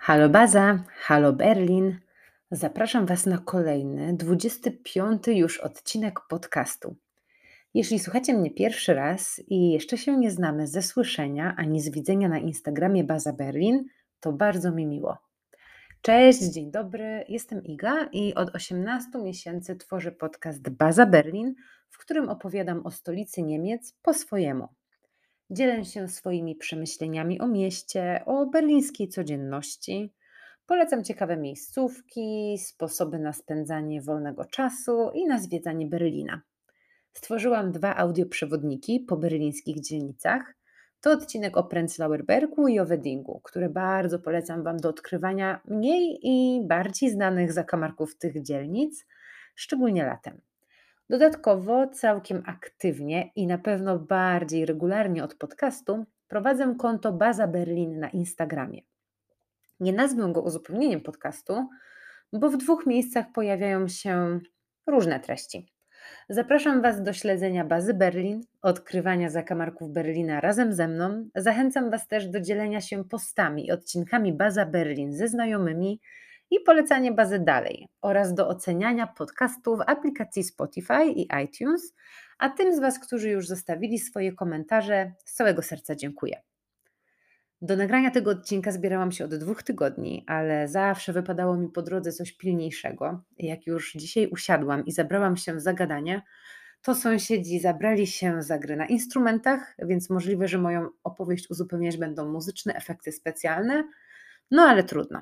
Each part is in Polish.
Halo Baza, halo Berlin. Zapraszam Was na kolejny, 25 już odcinek podcastu. Jeśli słuchacie mnie pierwszy raz i jeszcze się nie znamy ze słyszenia ani z widzenia na Instagramie Baza Berlin, to bardzo mi miło. Cześć, dzień dobry, jestem Iga i od 18 miesięcy tworzę podcast Baza Berlin, w którym opowiadam o stolicy Niemiec po swojemu. Dzielę się swoimi przemyśleniami o mieście, o berlińskiej codzienności. Polecam ciekawe miejscówki, sposoby na spędzanie wolnego czasu i na zwiedzanie Berlina. Stworzyłam 2 audioprzewodniki po berlińskich dzielnicach. To odcinek o Prenzlauer Bergu i o Weddingu, które bardzo polecam Wam do odkrywania mniej i bardziej znanych zakamarków tych dzielnic, szczególnie latem. Dodatkowo całkiem aktywnie i na pewno bardziej regularnie od podcastu prowadzę konto Baza Berlin na Instagramie. Nie nazwę go uzupełnieniem podcastu, bo w 2 miejscach pojawiają się różne treści. Zapraszam Was do śledzenia Bazy Berlin, odkrywania zakamarków Berlina razem ze mną. Zachęcam Was też do dzielenia się postami i odcinkami Baza Berlin ze znajomymi i polecania bazy dalej oraz do oceniania podcastu w aplikacji Spotify i iTunes, a tym z Was, którzy już zostawili swoje komentarze, z całego serca dziękuję. Do nagrania tego odcinka zbierałam się od 2 tygodni, ale zawsze wypadało mi po drodze coś pilniejszego. Jak już dzisiaj usiadłam i zabrałam się za gadanie, to sąsiedzi zabrali się za gry na instrumentach, więc możliwe, że moją opowieść uzupełniać będą muzyczne efekty specjalne, no ale trudno.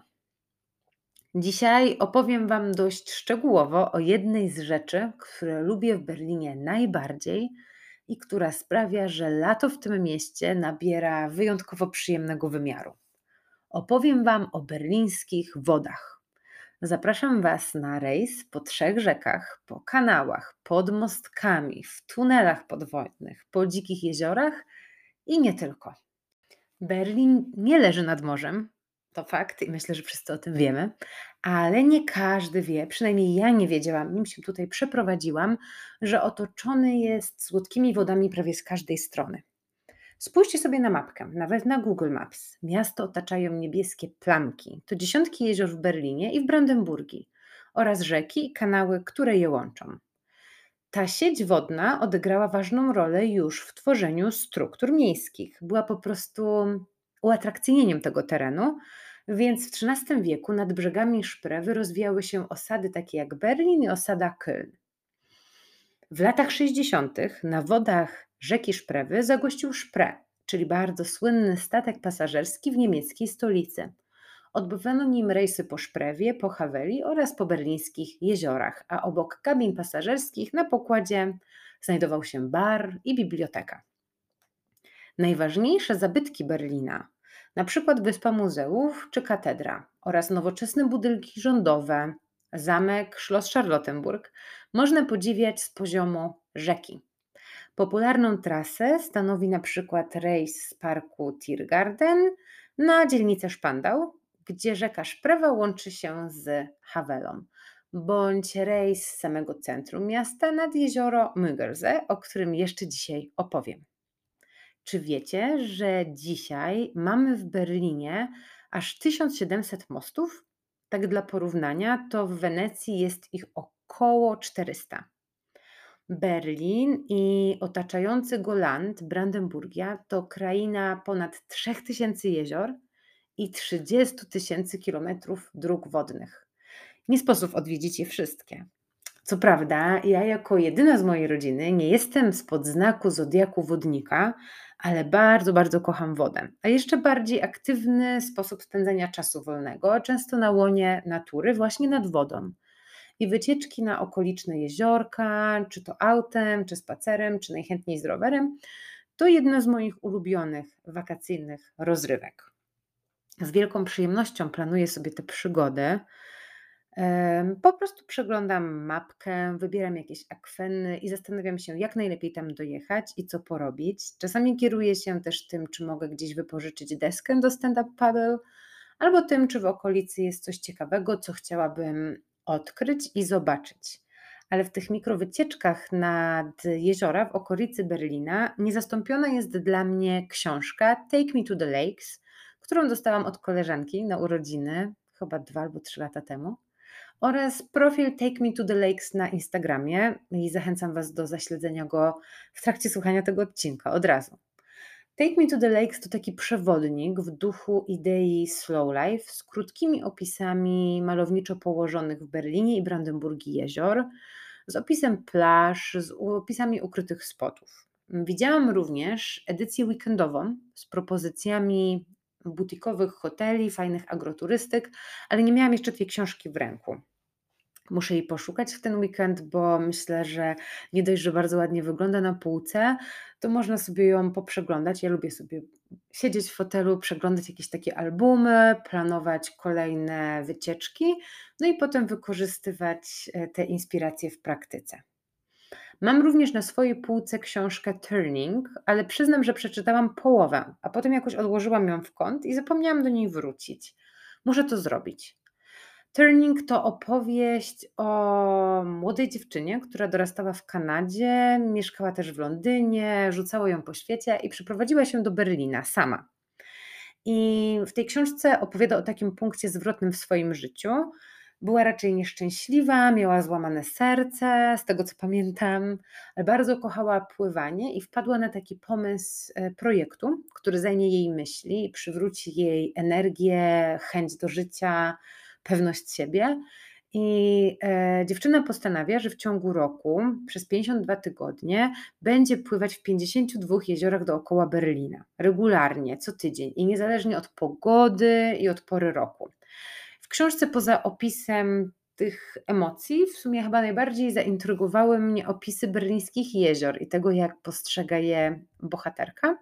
Dzisiaj opowiem Wam dość szczegółowo o jednej z rzeczy, które lubię w Berlinie najbardziej i która sprawia, że lato w tym mieście nabiera wyjątkowo przyjemnego wymiaru. Opowiem Wam o berlińskich wodach. Zapraszam Was na rejs po 3 rzekach, po kanałach, pod mostkami, w tunelach podwodnych, po dzikich jeziorach i nie tylko. Berlin nie leży nad morzem, to fakt i myślę, że wszyscy o tym wiemy, ale nie każdy wie, przynajmniej ja nie wiedziałam, nim się tutaj przeprowadziłam, że otoczony jest słodkimi wodami prawie z każdej strony. Spójrzcie sobie na mapkę, nawet na Google Maps. Miasto otaczają niebieskie plamki. To dziesiątki jezior w Berlinie i w Brandenburgii oraz rzeki i kanały, które je łączą. Ta sieć wodna odegrała ważną rolę już w tworzeniu struktur miejskich. Była po prostu uatrakcyjnieniem tego terenu, więc w XIII wieku nad brzegami Szprewy rozwijały się osady takie jak Berlin i osada Köln. W latach 60. na wodach rzeki Szprewy zagościł Spree, czyli bardzo słynny statek pasażerski w niemieckiej stolicy. Odbywano nim rejsy po Szprewie, po Haweli oraz po berlińskich jeziorach, a obok kabin pasażerskich na pokładzie znajdował się bar i biblioteka. Najważniejsze zabytki Berlina, na przykład Wyspa Muzeów czy Katedra oraz nowoczesne budynki rządowe, zamek Schloss Charlottenburg, można podziwiać z poziomu rzeki. Popularną trasę stanowi na przykład rejs z parku Tiergarten na dzielnicę Spandau, gdzie rzeka Szprewa łączy się z Hawelą, bądź rejs z samego centrum miasta nad jezioro Müggelsee, o którym jeszcze dzisiaj opowiem. Czy wiecie, że dzisiaj mamy w Berlinie aż 1700 mostów? Tak dla porównania, to w Wenecji jest ich około 400. Berlin i otaczający go land, Brandenburgia, to kraina ponad 3000 jezior i 30 000 kilometrów dróg wodnych. Nie sposób odwiedzić je wszystkie. Co prawda, ja jako jedyna z mojej rodziny nie jestem spod znaku zodiaku wodnika, ale bardzo, bardzo kocham wodę. A jeszcze bardziej aktywny sposób spędzania czasu wolnego, często na łonie natury, właśnie nad wodą. I wycieczki na okoliczne jeziorka, czy to autem, czy spacerem, czy najchętniej z rowerem, to jedno z moich ulubionych wakacyjnych rozrywek. Z wielką przyjemnością planuję sobie te przygody. Po prostu przeglądam mapkę, wybieram jakieś akweny i zastanawiam się, jak najlepiej tam dojechać i co porobić. Czasami kieruję się też tym, czy mogę gdzieś wypożyczyć deskę do stand-up paddle, albo tym, czy w okolicy jest coś ciekawego, co chciałabym odkryć i zobaczyć. Ale w tych mikrowycieczkach nad jeziora w okolicy Berlina niezastąpiona jest dla mnie książka Take Me to the Lakes, którą dostałam od koleżanki na urodziny, chyba 2 albo 3 lata temu, oraz profil Take Me to the Lakes na Instagramie i zachęcam Was do zaśledzenia go w trakcie słuchania tego odcinka od razu. Take Me to the Lakes to taki przewodnik w duchu idei Slow Life z krótkimi opisami malowniczo położonych w Berlinie i Brandenburgii jezior, z opisem plaż, z opisami ukrytych spotów. Widziałam również edycję weekendową z propozycjami butikowych hoteli, fajnych agroturystyk, ale nie miałam jeszcze tej książki w ręku. Muszę jej poszukać w ten weekend, bo myślę, że nie dość, że bardzo ładnie wygląda na półce, to można sobie ją poprzeglądać. Ja lubię sobie siedzieć w fotelu, przeglądać jakieś takie albumy, planować kolejne wycieczki, no i potem wykorzystywać te inspiracje w praktyce. Mam również na swojej półce książkę Turning, ale przyznam, że przeczytałam połowę, a potem jakoś odłożyłam ją w kąt i zapomniałam do niej wrócić. Muszę to zrobić. Turning to opowieść o młodej dziewczynie, która dorastała w Kanadzie, mieszkała też w Londynie, rzucało ją po świecie i przyprowadziła się do Berlina sama. I w tej książce opowiada o takim punkcie zwrotnym w swoim życiu. Była raczej nieszczęśliwa, miała złamane serce, z tego co pamiętam, ale bardzo kochała pływanie i wpadła na taki pomysł projektu, który zajmie jej myśli i przywróci jej energię, chęć do życia, pewność siebie. I dziewczyna postanawia, że w ciągu roku przez 52 tygodnie będzie pływać w 52 jeziorach dookoła Berlina. Regularnie, co tydzień i niezależnie od pogody i od pory roku. W książce poza opisem tych emocji w sumie chyba najbardziej zaintrygowały mnie opisy berlińskich jezior i tego, jak postrzega je bohaterka.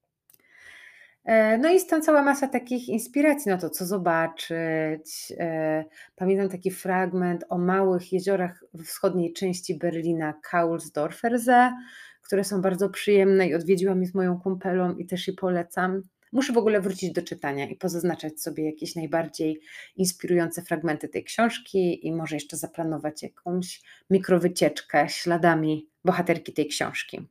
No i stąd cała masa takich inspiracji, no to co zobaczyć. Pamiętam taki fragment o małych jeziorach w wschodniej części Berlina, Kaulsdorfer See, które są bardzo przyjemne i odwiedziłam je z moją kumpelą i też je polecam. Muszę w ogóle wrócić do czytania i pozaznaczać sobie jakieś najbardziej inspirujące fragmenty tej książki i może jeszcze zaplanować jakąś mikrowycieczkę śladami bohaterki tej książki.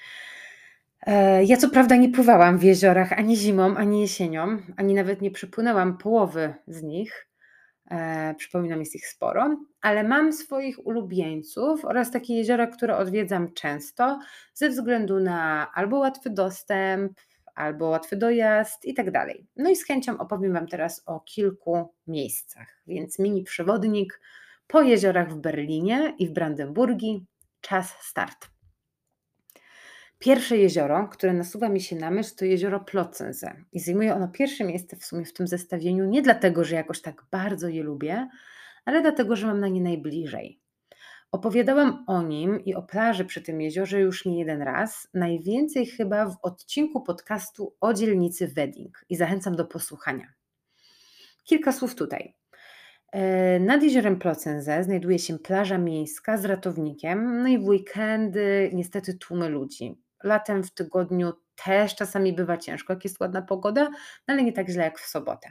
Ja co prawda nie pływałam w jeziorach ani zimą, ani jesienią, ani nawet nie przepłynęłam połowy z nich. Przypominam, jest ich sporo, ale mam swoich ulubieńców oraz takie jeziora, które odwiedzam często ze względu na albo łatwy dostęp, albo łatwy dojazd i tak dalej. No i z chęcią opowiem Wam teraz o kilku miejscach, więc mini przewodnik po jeziorach w Berlinie i w Brandenburgii. Czas start. Pierwsze jezioro, które nasuwa mi się na myśl, to jezioro Plötzensee i zajmuje ono pierwsze miejsce w sumie w tym zestawieniu nie dlatego, że jakoś tak bardzo je lubię, ale dlatego, że mam na nie najbliżej. Opowiadałam o nim i o plaży przy tym jeziorze już nie jeden raz, najwięcej chyba w odcinku podcastu o dzielnicy Wedding i zachęcam do posłuchania. Kilka słów tutaj. Nad jeziorem Plötzensee znajduje się plaża miejska z ratownikiem, no i w weekendy niestety tłumy ludzi. Latem w tygodniu też czasami bywa ciężko, jak jest ładna pogoda, no ale nie tak źle jak w sobotę.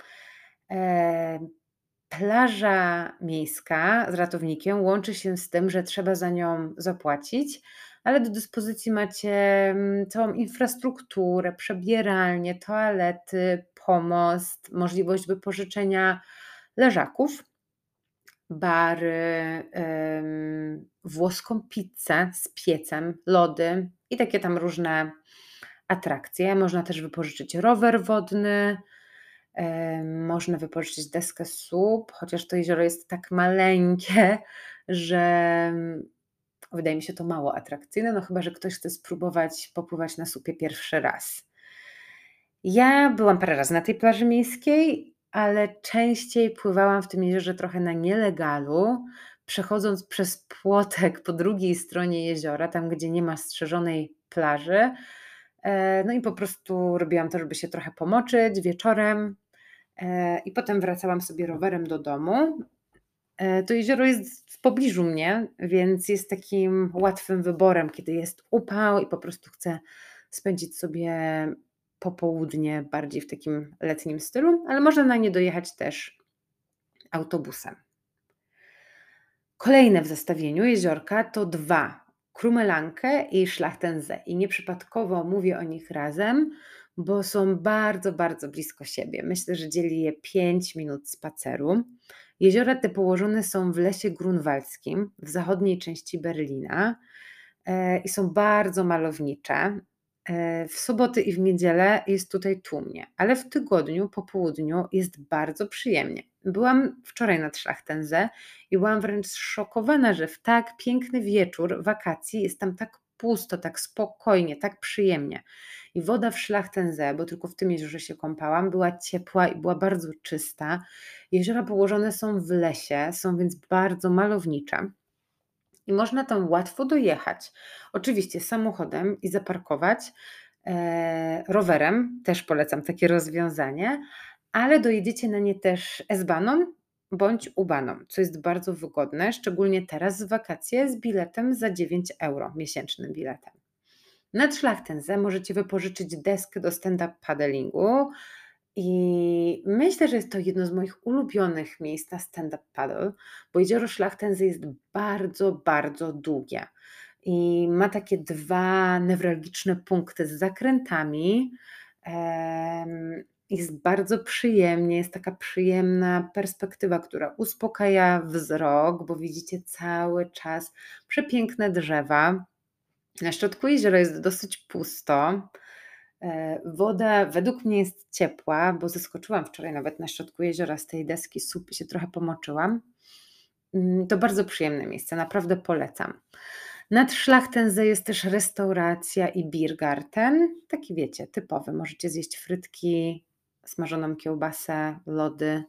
Plaża miejska z ratownikiem łączy się z tym, że trzeba za nią zapłacić, ale do dyspozycji macie całą infrastrukturę, przebieralnie, toalety, pomost, możliwość wypożyczenia leżaków, bary, włoską pizzę z piecem, lody i takie tam różne atrakcje. Można też wypożyczyć rower wodny, można wypożyczyć deskę SUP, chociaż to jezioro jest tak maleńkie, że wydaje mi się to mało atrakcyjne, no chyba że ktoś chce spróbować popływać na SUPie pierwszy raz. Ja byłam parę razy na tej plaży miejskiej, ale częściej pływałam w tym jeziorze trochę na nielegalu, przechodząc przez płotek po drugiej stronie jeziora, tam gdzie nie ma strzeżonej plaży. No i po prostu robiłam to, żeby się trochę pomoczyć wieczorem i potem wracałam sobie rowerem do domu. To jezioro jest w pobliżu mnie, więc jest takim łatwym wyborem, kiedy jest upał i po prostu chcę spędzić sobie popołudnie bardziej w takim letnim stylu, ale można na nie dojechać też autobusem. Kolejne w zestawieniu jeziorka to 2. Krumelanke i Schlachtensee. I nieprzypadkowo mówię o nich razem, bo są bardzo, bardzo blisko siebie. Myślę, że dzieli je 5 minut spaceru. Jeziora te położone są w lesie grunwaldzkim w zachodniej części Berlina i są bardzo malownicze. W soboty i w niedzielę jest tutaj tłumnie, ale w tygodniu po południu jest bardzo przyjemnie. Byłam wczoraj nad Schlachtense i byłam wręcz zszokowana, że w tak piękny wieczór wakacji jest tam tak pusto, tak spokojnie, tak przyjemnie. I woda w Schlachtense, bo tylko w tym jeziorze się kąpałam, była ciepła i była bardzo czysta. Jeziora położone są w lesie, są więc bardzo malownicze i można tam łatwo dojechać. Oczywiście samochodem i zaparkować, rowerem, też polecam takie rozwiązanie, ale dojedziecie na nie też S-Bahną bądź U-Bahną, co jest bardzo wygodne, szczególnie teraz w wakacje z biletem za 9 € miesięcznym biletem. Nad Schlachtense możecie wypożyczyć deskę do stand-up paddlingu i myślę, że jest to jedno z moich ulubionych miejsc na stand-up paddle, bo jezioro Schlachtense jest bardzo, bardzo długie i ma takie 2 newralgiczne punkty z zakrętami. Jest bardzo przyjemnie, jest taka przyjemna perspektywa, która uspokaja wzrok, bo widzicie cały czas przepiękne drzewa. Na środku jeziora jest dosyć pusto. Woda według mnie jest ciepła, bo zeskoczyłam wczoraj nawet na środku jeziora z tej deski SUP i się trochę pomoczyłam. To bardzo przyjemne miejsce, naprawdę polecam. Nad Schlachtense jest też restauracja i Biergarten, taki wiecie, typowy. Możecie zjeść frytki, smażoną kiełbasę, lody,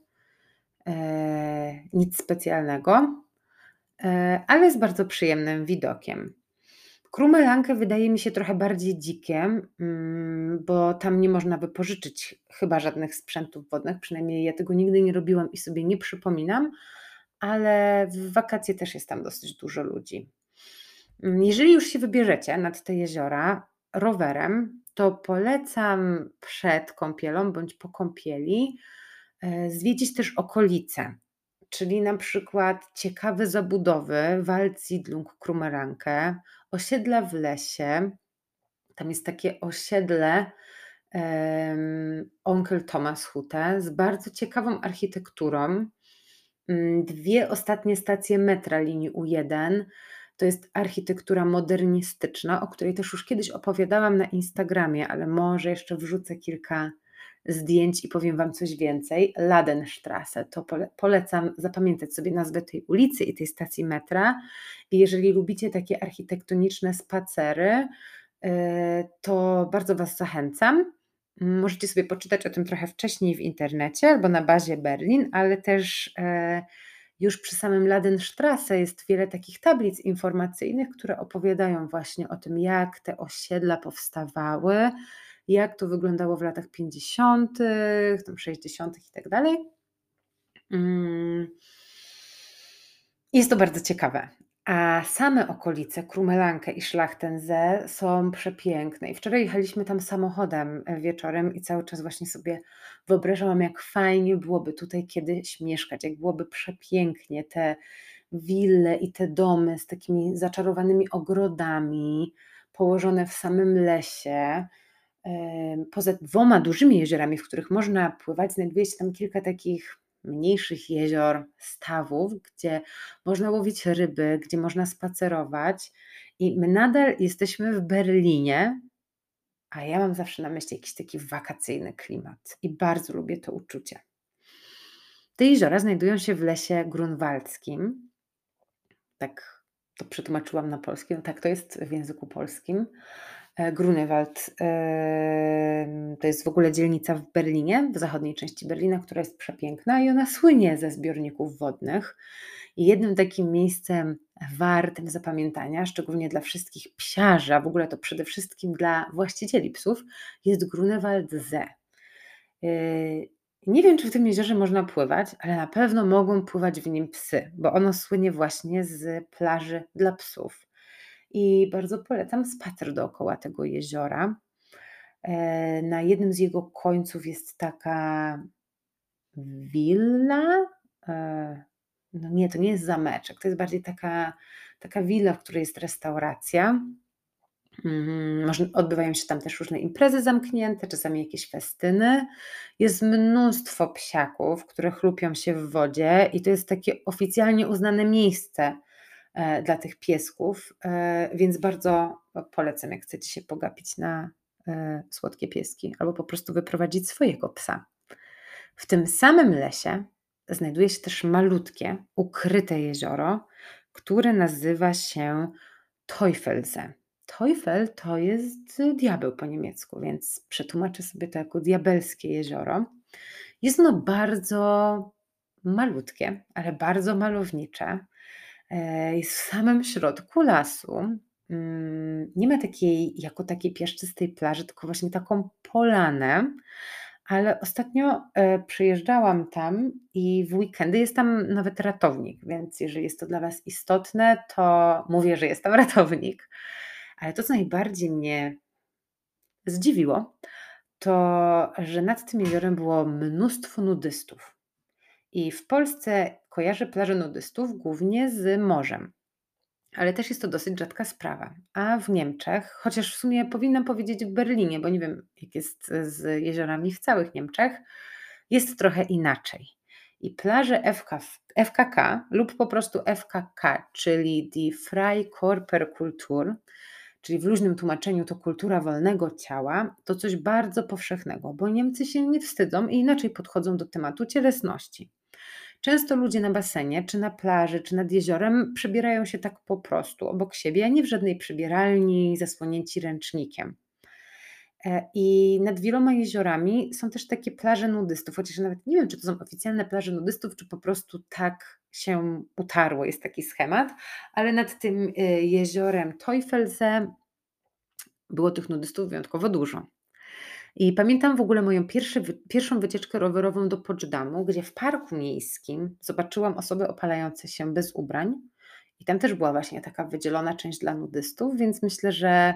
nic specjalnego, ale z bardzo przyjemnym widokiem. Krumelanke wydaje mi się trochę bardziej dzikie, bo tam nie można wypożyczyć chyba żadnych sprzętów wodnych, przynajmniej ja tego nigdy nie robiłam i sobie nie przypominam, ale w wakacje też jest tam dosyć dużo ludzi. Jeżeli już się wybierzecie nad te jeziora rowerem, to polecam przed kąpielą bądź po kąpieli zwiedzić też okolice, czyli na przykład ciekawe zabudowy Waldsiedlung Krumeranke, osiedla w lesie. Tam jest takie osiedle Onkel Thomas Hütte z bardzo ciekawą architekturą. 2 ostatnie stacje metra linii U1 to jest architektura modernistyczna, o której też już kiedyś opowiadałam na Instagramie, ale może jeszcze wrzucę kilka zdjęć i powiem Wam coś więcej. Ladenstraße, to polecam zapamiętać sobie nazwę tej ulicy i tej stacji metra. I jeżeli lubicie takie architektoniczne spacery, to bardzo Was zachęcam. Możecie sobie poczytać o tym trochę wcześniej w internecie albo na bazie Berlin, ale też już przy samym Ladenstraße jest wiele takich tablic informacyjnych, które opowiadają właśnie o tym, jak te osiedla powstawały, jak to wyglądało w latach 50., tam 60. i tak dalej. Jest to bardzo ciekawe. A same okolice Krumelanke i Schlachtense są przepiękne. I wczoraj jechaliśmy tam samochodem wieczorem i cały czas właśnie sobie wyobrażałam, jak fajnie byłoby tutaj kiedyś mieszkać, jak byłoby przepięknie te wille i te domy z takimi zaczarowanymi ogrodami, położone w samym lesie. Poza 2 dużymi jeziorami, w których można pływać, znajduje się tam kilka takich mniejszych jezior, stawów, gdzie można łowić ryby, gdzie można spacerować. I my nadal jesteśmy w Berlinie, a ja mam zawsze na myśli jakiś taki wakacyjny klimat i bardzo lubię to uczucie. Te jeziora znajdują się w lesie grunwaldzkim. Tak to przetłumaczyłam na polski, no tak to jest w języku polskim. Grunewald to jest w ogóle dzielnica w Berlinie, w zachodniej części Berlina, która jest przepiękna i ona słynie ze zbiorników wodnych. I jednym takim miejscem wartym zapamiętania, szczególnie dla wszystkich psiarzy, a w ogóle to przede wszystkim dla właścicieli psów, jest Grunewald See. Nie wiem, czy w tym jeziorze można pływać, ale na pewno mogą pływać w nim psy, bo ono słynie właśnie z plaży dla psów. I bardzo polecam spacer dookoła tego jeziora. Na jednym z jego końców jest taka willa. No nie, to nie jest zameczek, to jest bardziej taka willa, w której jest restauracja. Odbywają się tam też różne imprezy zamknięte, czasami jakieś festyny. Jest mnóstwo psiaków, które chlupią się w wodzie i to jest takie oficjalnie uznane miejsce dla tych piesków, więc bardzo polecam, jak chcecie się pogapić na słodkie pieski albo po prostu wyprowadzić swojego psa. W tym samym lesie znajduje się też malutkie, ukryte jezioro, które nazywa się Teufelsee. Teufel to jest diabeł po niemiecku, więc przetłumaczę sobie to jako diabelskie jezioro. Jest ono bardzo malutkie, ale bardzo malownicze. Jest w samym środku lasu. Nie ma takiej jako takiej piaszczystej plaży, tylko właśnie taką polanę. Ale ostatnio przyjeżdżałam tam i w weekendy jest tam nawet ratownik, więc jeżeli jest to dla Was istotne, to mówię, że jest tam ratownik. Ale to, co najbardziej mnie zdziwiło, to że nad tym jeziorem było mnóstwo nudystów. I w Polsce kojarzę plaże nudystów głównie z morzem, ale też jest to dosyć rzadka sprawa. A w Niemczech, chociaż w sumie powinnam powiedzieć w Berlinie, bo nie wiem, jak jest z jeziorami w całych Niemczech, jest trochę inaczej. I plaże FKK lub po prostu FKK, czyli Die Freikörperkultur, czyli w luźnym tłumaczeniu to kultura wolnego ciała, to coś bardzo powszechnego, bo Niemcy się nie wstydzą i inaczej podchodzą do tematu cielesności. Często ludzie na basenie, czy na plaży, czy nad jeziorem przebierają się tak po prostu obok siebie, a nie w żadnej przybieralni, zasłonięci ręcznikiem. I nad wieloma jeziorami są też takie plaże nudystów, chociaż nawet nie wiem, czy to są oficjalne plaże nudystów, czy po prostu tak się utarło, jest taki schemat, ale nad tym jeziorem Teufelsee było tych nudystów wyjątkowo dużo. I pamiętam w ogóle moją pierwszą wycieczkę rowerową do Poczdamу, gdzie w parku miejskim zobaczyłam osoby opalające się bez ubrań. I tam też była właśnie taka wydzielona część dla nudystów, więc myślę, że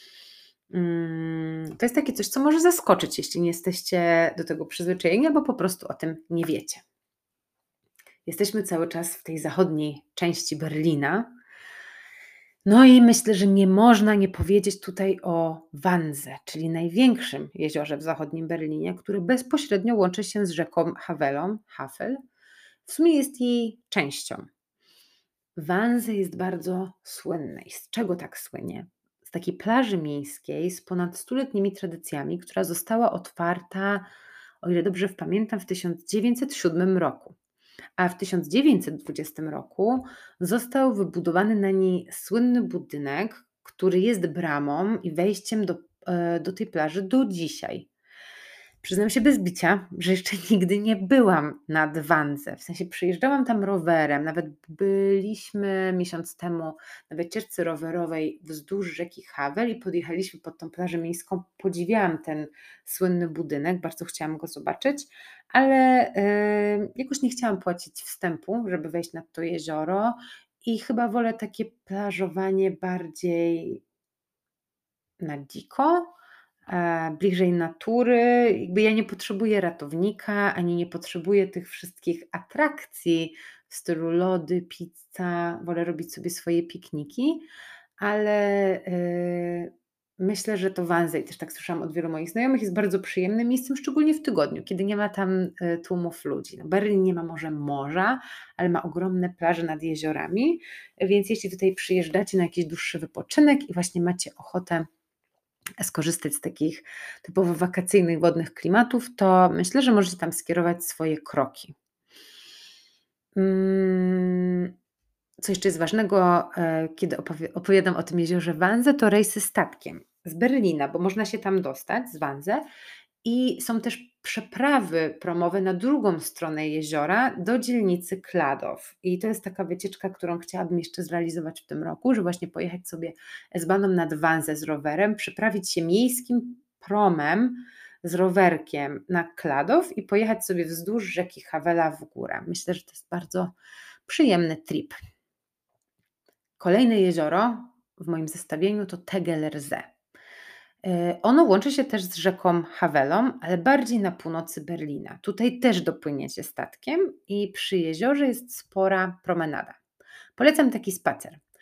to jest takie coś, co może zaskoczyć, jeśli nie jesteście do tego przyzwyczajeni, albo po prostu o tym nie wiecie. Jesteśmy cały czas w tej zachodniej części Berlina. No i myślę, że nie można nie powiedzieć tutaj o Wandse, czyli największym jeziorze w zachodnim Berlinie, które bezpośrednio łączy się z rzeką Havelą, Havel. W sumie jest jej częścią. Wannsee jest bardzo słynne. I z czego tak słynie? Z takiej plaży miejskiej z ponad stuletnimi tradycjami, która została otwarta, o ile dobrze pamiętam, w 1907 roku. A w 1920 roku został wybudowany na niej słynny budynek, który jest bramą i wejściem do tej plaży do dzisiaj. Przyznam się bez bicia, że jeszcze nigdy nie byłam nad Wannsee. W sensie przyjeżdżałam tam rowerem, nawet byliśmy miesiąc temu na wycieczce rowerowej wzdłuż rzeki Havel i podjechaliśmy pod tą plażę miejską. Podziwiałam ten słynny budynek, bardzo chciałam go zobaczyć, ale jakoś nie chciałam płacić wstępu, żeby wejść nad to jezioro i chyba wolę takie plażowanie bardziej na dziko, bliżej natury. Jakby ja nie potrzebuję ratownika, ani nie potrzebuję tych wszystkich atrakcji w stylu lody, pizza. Wolę robić sobie swoje pikniki, ale myślę, że to Wannsee, też tak słyszałam od wielu moich znajomych, jest bardzo przyjemnym miejscem, szczególnie w tygodniu, kiedy nie ma tam tłumów ludzi. No, Berlin nie ma może morza, ale ma ogromne plaże nad jeziorami, więc jeśli tutaj przyjeżdżacie na jakiś dłuższy wypoczynek i właśnie macie ochotę skorzystać z takich typowo wakacyjnych wodnych klimatów, to myślę, że możecie tam skierować swoje kroki. Co jeszcze jest ważnego, kiedy opowiadam o tym jeziorze Wannsee, to rejsy statkiem z Berlina, bo można się tam dostać z Wannsee i są też przeprawy promowe na drugą stronę jeziora do dzielnicy Kladow. I to jest taka wycieczka, którą chciałabym jeszcze zrealizować w tym roku, że właśnie pojechać sobie S-Bahną nad Wannsee z rowerem, przeprawić się miejskim promem z rowerkiem na Kladow i pojechać sobie wzdłuż rzeki Havela w górę. Myślę, że to jest bardzo przyjemny trip. Kolejne jezioro w moim zestawieniu to Tegernsee. Ono łączy się też z rzeką Havelą, ale bardziej na północy Berlina. Tutaj też dopłyniecie statkiem i przy jeziorze jest spora promenada. Polecam taki spacer.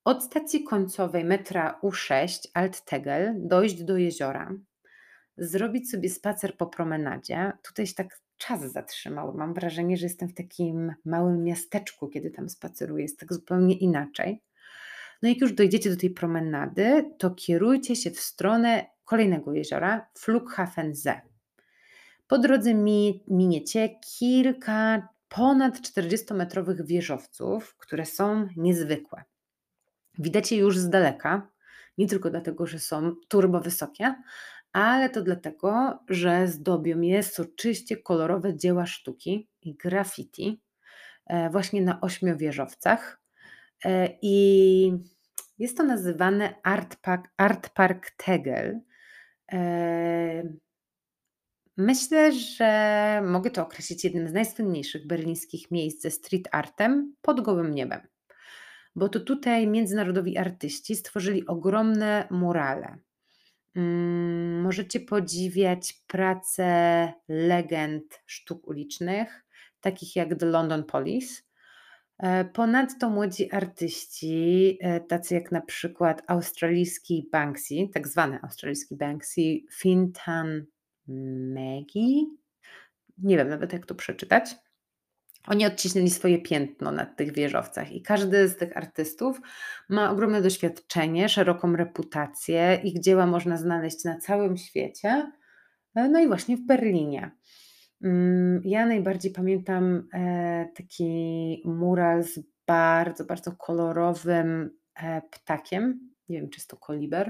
Od stacji końcowej metra U6 Alt-Tegel dojść do jeziora, zrobić sobie spacer po promenadzie. Tutaj się tak czas zatrzymał. Mam wrażenie, że jestem w takim małym miasteczku, kiedy tam spaceruję. Jest tak zupełnie inaczej. No jak już dojdziecie do tej promenady, to kierujcie się w stronę kolejnego jeziora, Flughafensee. Po drodze miniecie kilka ponad 40-metrowych wieżowców, które są niezwykłe. Widać je już z daleka, nie tylko dlatego, że są turbo wysokie, ale to dlatego, że zdobią je soczyście kolorowe dzieła sztuki i graffiti właśnie na 8 wieżowcach. I jest to nazywane Art Park Tegel. E, Myślę, że mogę to określić jednym z najsłynniejszych berlińskich miejsc ze street artem pod gołym niebem, bo to tutaj międzynarodowi artyści stworzyli ogromne murale. Możecie podziwiać prace legend sztuk ulicznych, takich jak The London Police. Ponadto młodzi artyści, tacy jak na przykład australijski Banksy, tak zwany australijski Banksy, Fintan Megi, nie wiem nawet jak to przeczytać. Oni odcisnęli swoje piętno na tych wieżowcach i każdy z tych artystów ma ogromne doświadczenie, szeroką reputację. Ich dzieła można znaleźć na całym świecie, no i właśnie w Berlinie. Ja najbardziej pamiętam taki mural z bardzo, bardzo kolorowym ptakiem. Nie wiem, czy jest to koliber,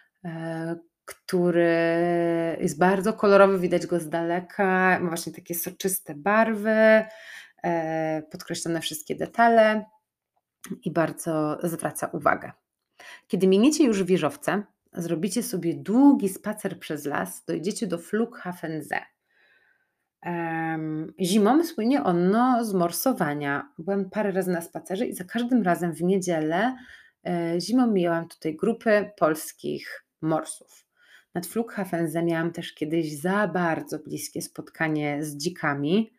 który jest bardzo kolorowy, widać go z daleka, ma właśnie takie soczyste barwy, podkreślone wszystkie detale i bardzo zwraca uwagę. Kiedy miniecie już wieżowce, zrobicie sobie długi spacer przez las, dojdziecie do Flughafensee. Zimą słynie ono z morsowania. Byłam parę razy na spacerze i za każdym razem w niedzielę zimą miałam tutaj grupy polskich morsów. Nad Flughafensee miałam też kiedyś za bardzo bliskie spotkanie z dzikami,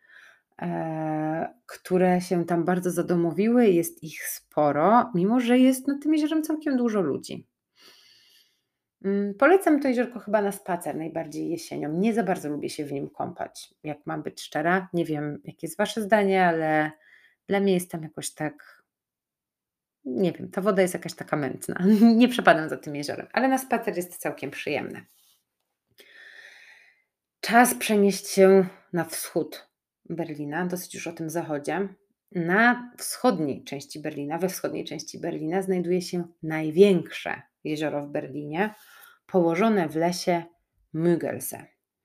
które się tam bardzo zadomowiły. Jest ich sporo, mimo że jest nad tym jeziorem całkiem dużo ludzi. Polecam to jeziorko chyba na spacer, najbardziej jesienią. Nie za bardzo lubię się w nim kąpać, jak mam być szczera. Nie wiem, jakie jest Wasze zdanie, ale dla mnie jest tam jakoś tak, nie wiem, ta woda jest jakaś taka mętna. Nie przepadam za tym jeziorem, ale na spacer jest całkiem przyjemne. Czas przenieść się na wschód Berlina, dosyć już o tym zachodzie. Na wschodniej części Berlina, we wschodniej części Berlina znajduje się największe jezioro w Berlinie, położone w lesie Müggelsee.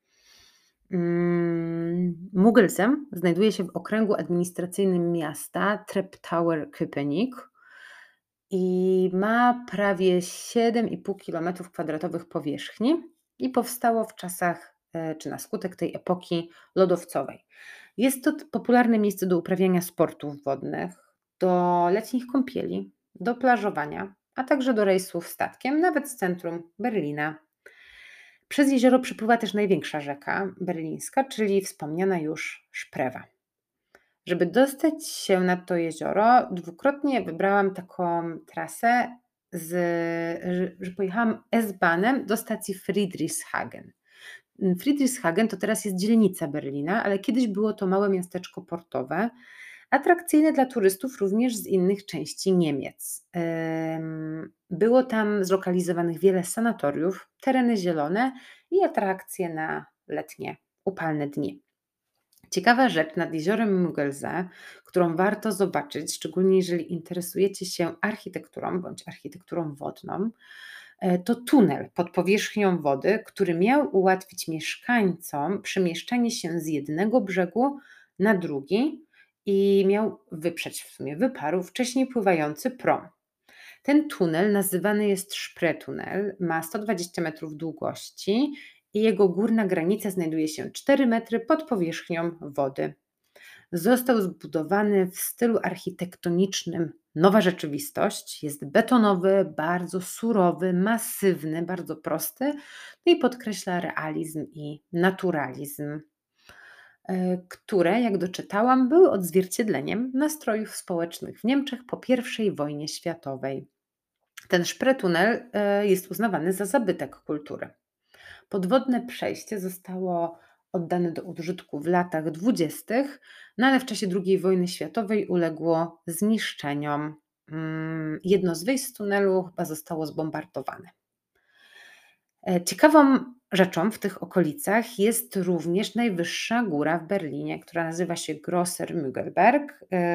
Müggelsee znajduje się w okręgu administracyjnym miasta Treptower-Köpenick i ma prawie 7,5 km² powierzchni i powstało w czasach czy na skutek tej epoki lodowcowej. Jest to popularne miejsce do uprawiania sportów wodnych, do letnich kąpieli, do plażowania, a także do rejsów statkiem, nawet z centrum Berlina. Przez jezioro przepływa też największa rzeka berlińska, czyli wspomniana już Szprewa. Żeby dostać się nad to jezioro, dwukrotnie wybrałam taką trasę, że pojechałam S-Bahnem do stacji Friedrichshagen. Friedrichshagen to teraz jest dzielnica Berlina, ale kiedyś było to małe miasteczko portowe, atrakcyjne dla turystów również z innych części Niemiec. Było tam zlokalizowanych wiele sanatoriów, tereny zielone i atrakcje na letnie, upalne dni. Ciekawa rzecz nad jeziorem Müggelsee, którą warto zobaczyć, szczególnie jeżeli interesujecie się architekturą bądź architekturą wodną, to tunel pod powierzchnią wody, który miał ułatwić mieszkańcom przemieszczanie się z jednego brzegu na drugi i miał wyprzeć w sumie wyparł wcześniej pływający prom. Ten tunel nazywany jest Spreetunnel, ma 120 metrów długości i jego górna granica znajduje się 4 metry pod powierzchnią wody. Został zbudowany w stylu architektonicznym Nowa Rzeczywistość. Jest betonowy, bardzo surowy, masywny, bardzo prosty, no i podkreśla realizm i naturalizm, które, jak doczytałam, były odzwierciedleniem nastrojów społecznych w Niemczech po I wojnie światowej. Ten szpretunel jest uznawany za zabytek kultury. Podwodne przejście zostało oddane do użytku w latach 20., no ale w czasie II wojny światowej uległo zniszczeniom. Jedno z wyjść z tunelu chyba zostało zbombardowane. Ciekawą rzeczą w tych okolicach jest również najwyższa góra w Berlinie, która nazywa się Grosser Müggelberg,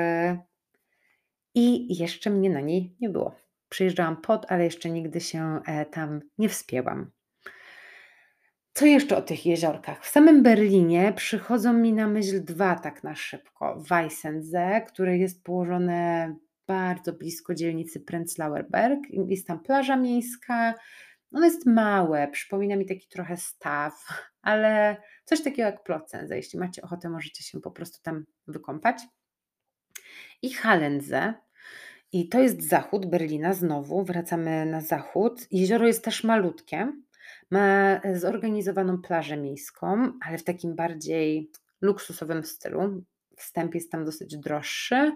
i jeszcze mnie na niej nie było. Przyjeżdżałam ale jeszcze nigdy się tam nie wspięłam. Co jeszcze o tych jeziorkach? W samym Berlinie przychodzą mi na myśl dwa tak na szybko. Weissensee, które jest położone bardzo blisko dzielnicy Prenzlauer Berg. Jest tam plaża miejska. Ono jest małe, przypomina mi taki trochę staw, ale coś takiego jak Plötzensee. Jeśli macie ochotę, możecie się po prostu tam wykąpać. I Hallensee. I to jest zachód Berlina, znowu wracamy na zachód. Jezioro jest też malutkie, ma zorganizowaną plażę miejską, ale w takim bardziej luksusowym stylu. Wstęp jest tam dosyć droższy.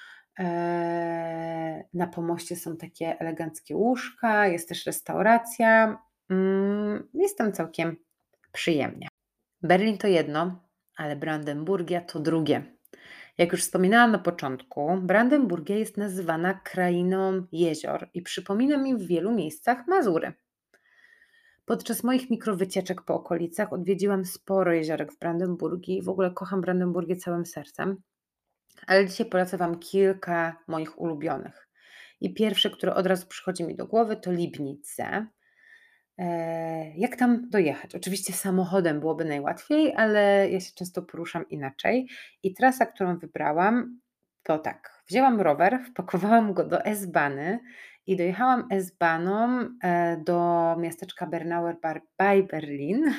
Na pomoście są takie eleganckie łóżka, jest też restauracja. Jest tam całkiem przyjemnie. Berlin to jedno, ale Brandenburgia to drugie. Jak już wspominałam na początku, Brandenburgia jest nazywana krainą jezior i przypomina mi w wielu miejscach Mazury. Podczas moich mikrowycieczek po okolicach odwiedziłam sporo jeziorek w Brandenburgii i w ogóle kocham Brandenburgię całym sercem, ale dzisiaj polecę Wam kilka moich ulubionych. I pierwsze, które od razu przychodzi mi do głowy, to Libnice. Jak tam dojechać? Oczywiście samochodem byłoby najłatwiej, ale ja się często poruszam inaczej. I trasa, którą wybrałam, to tak. Wzięłam rower, wpakowałam go do S-Bahny i dojechałam S-Bahną do miasteczka Bernauer bei Berlin.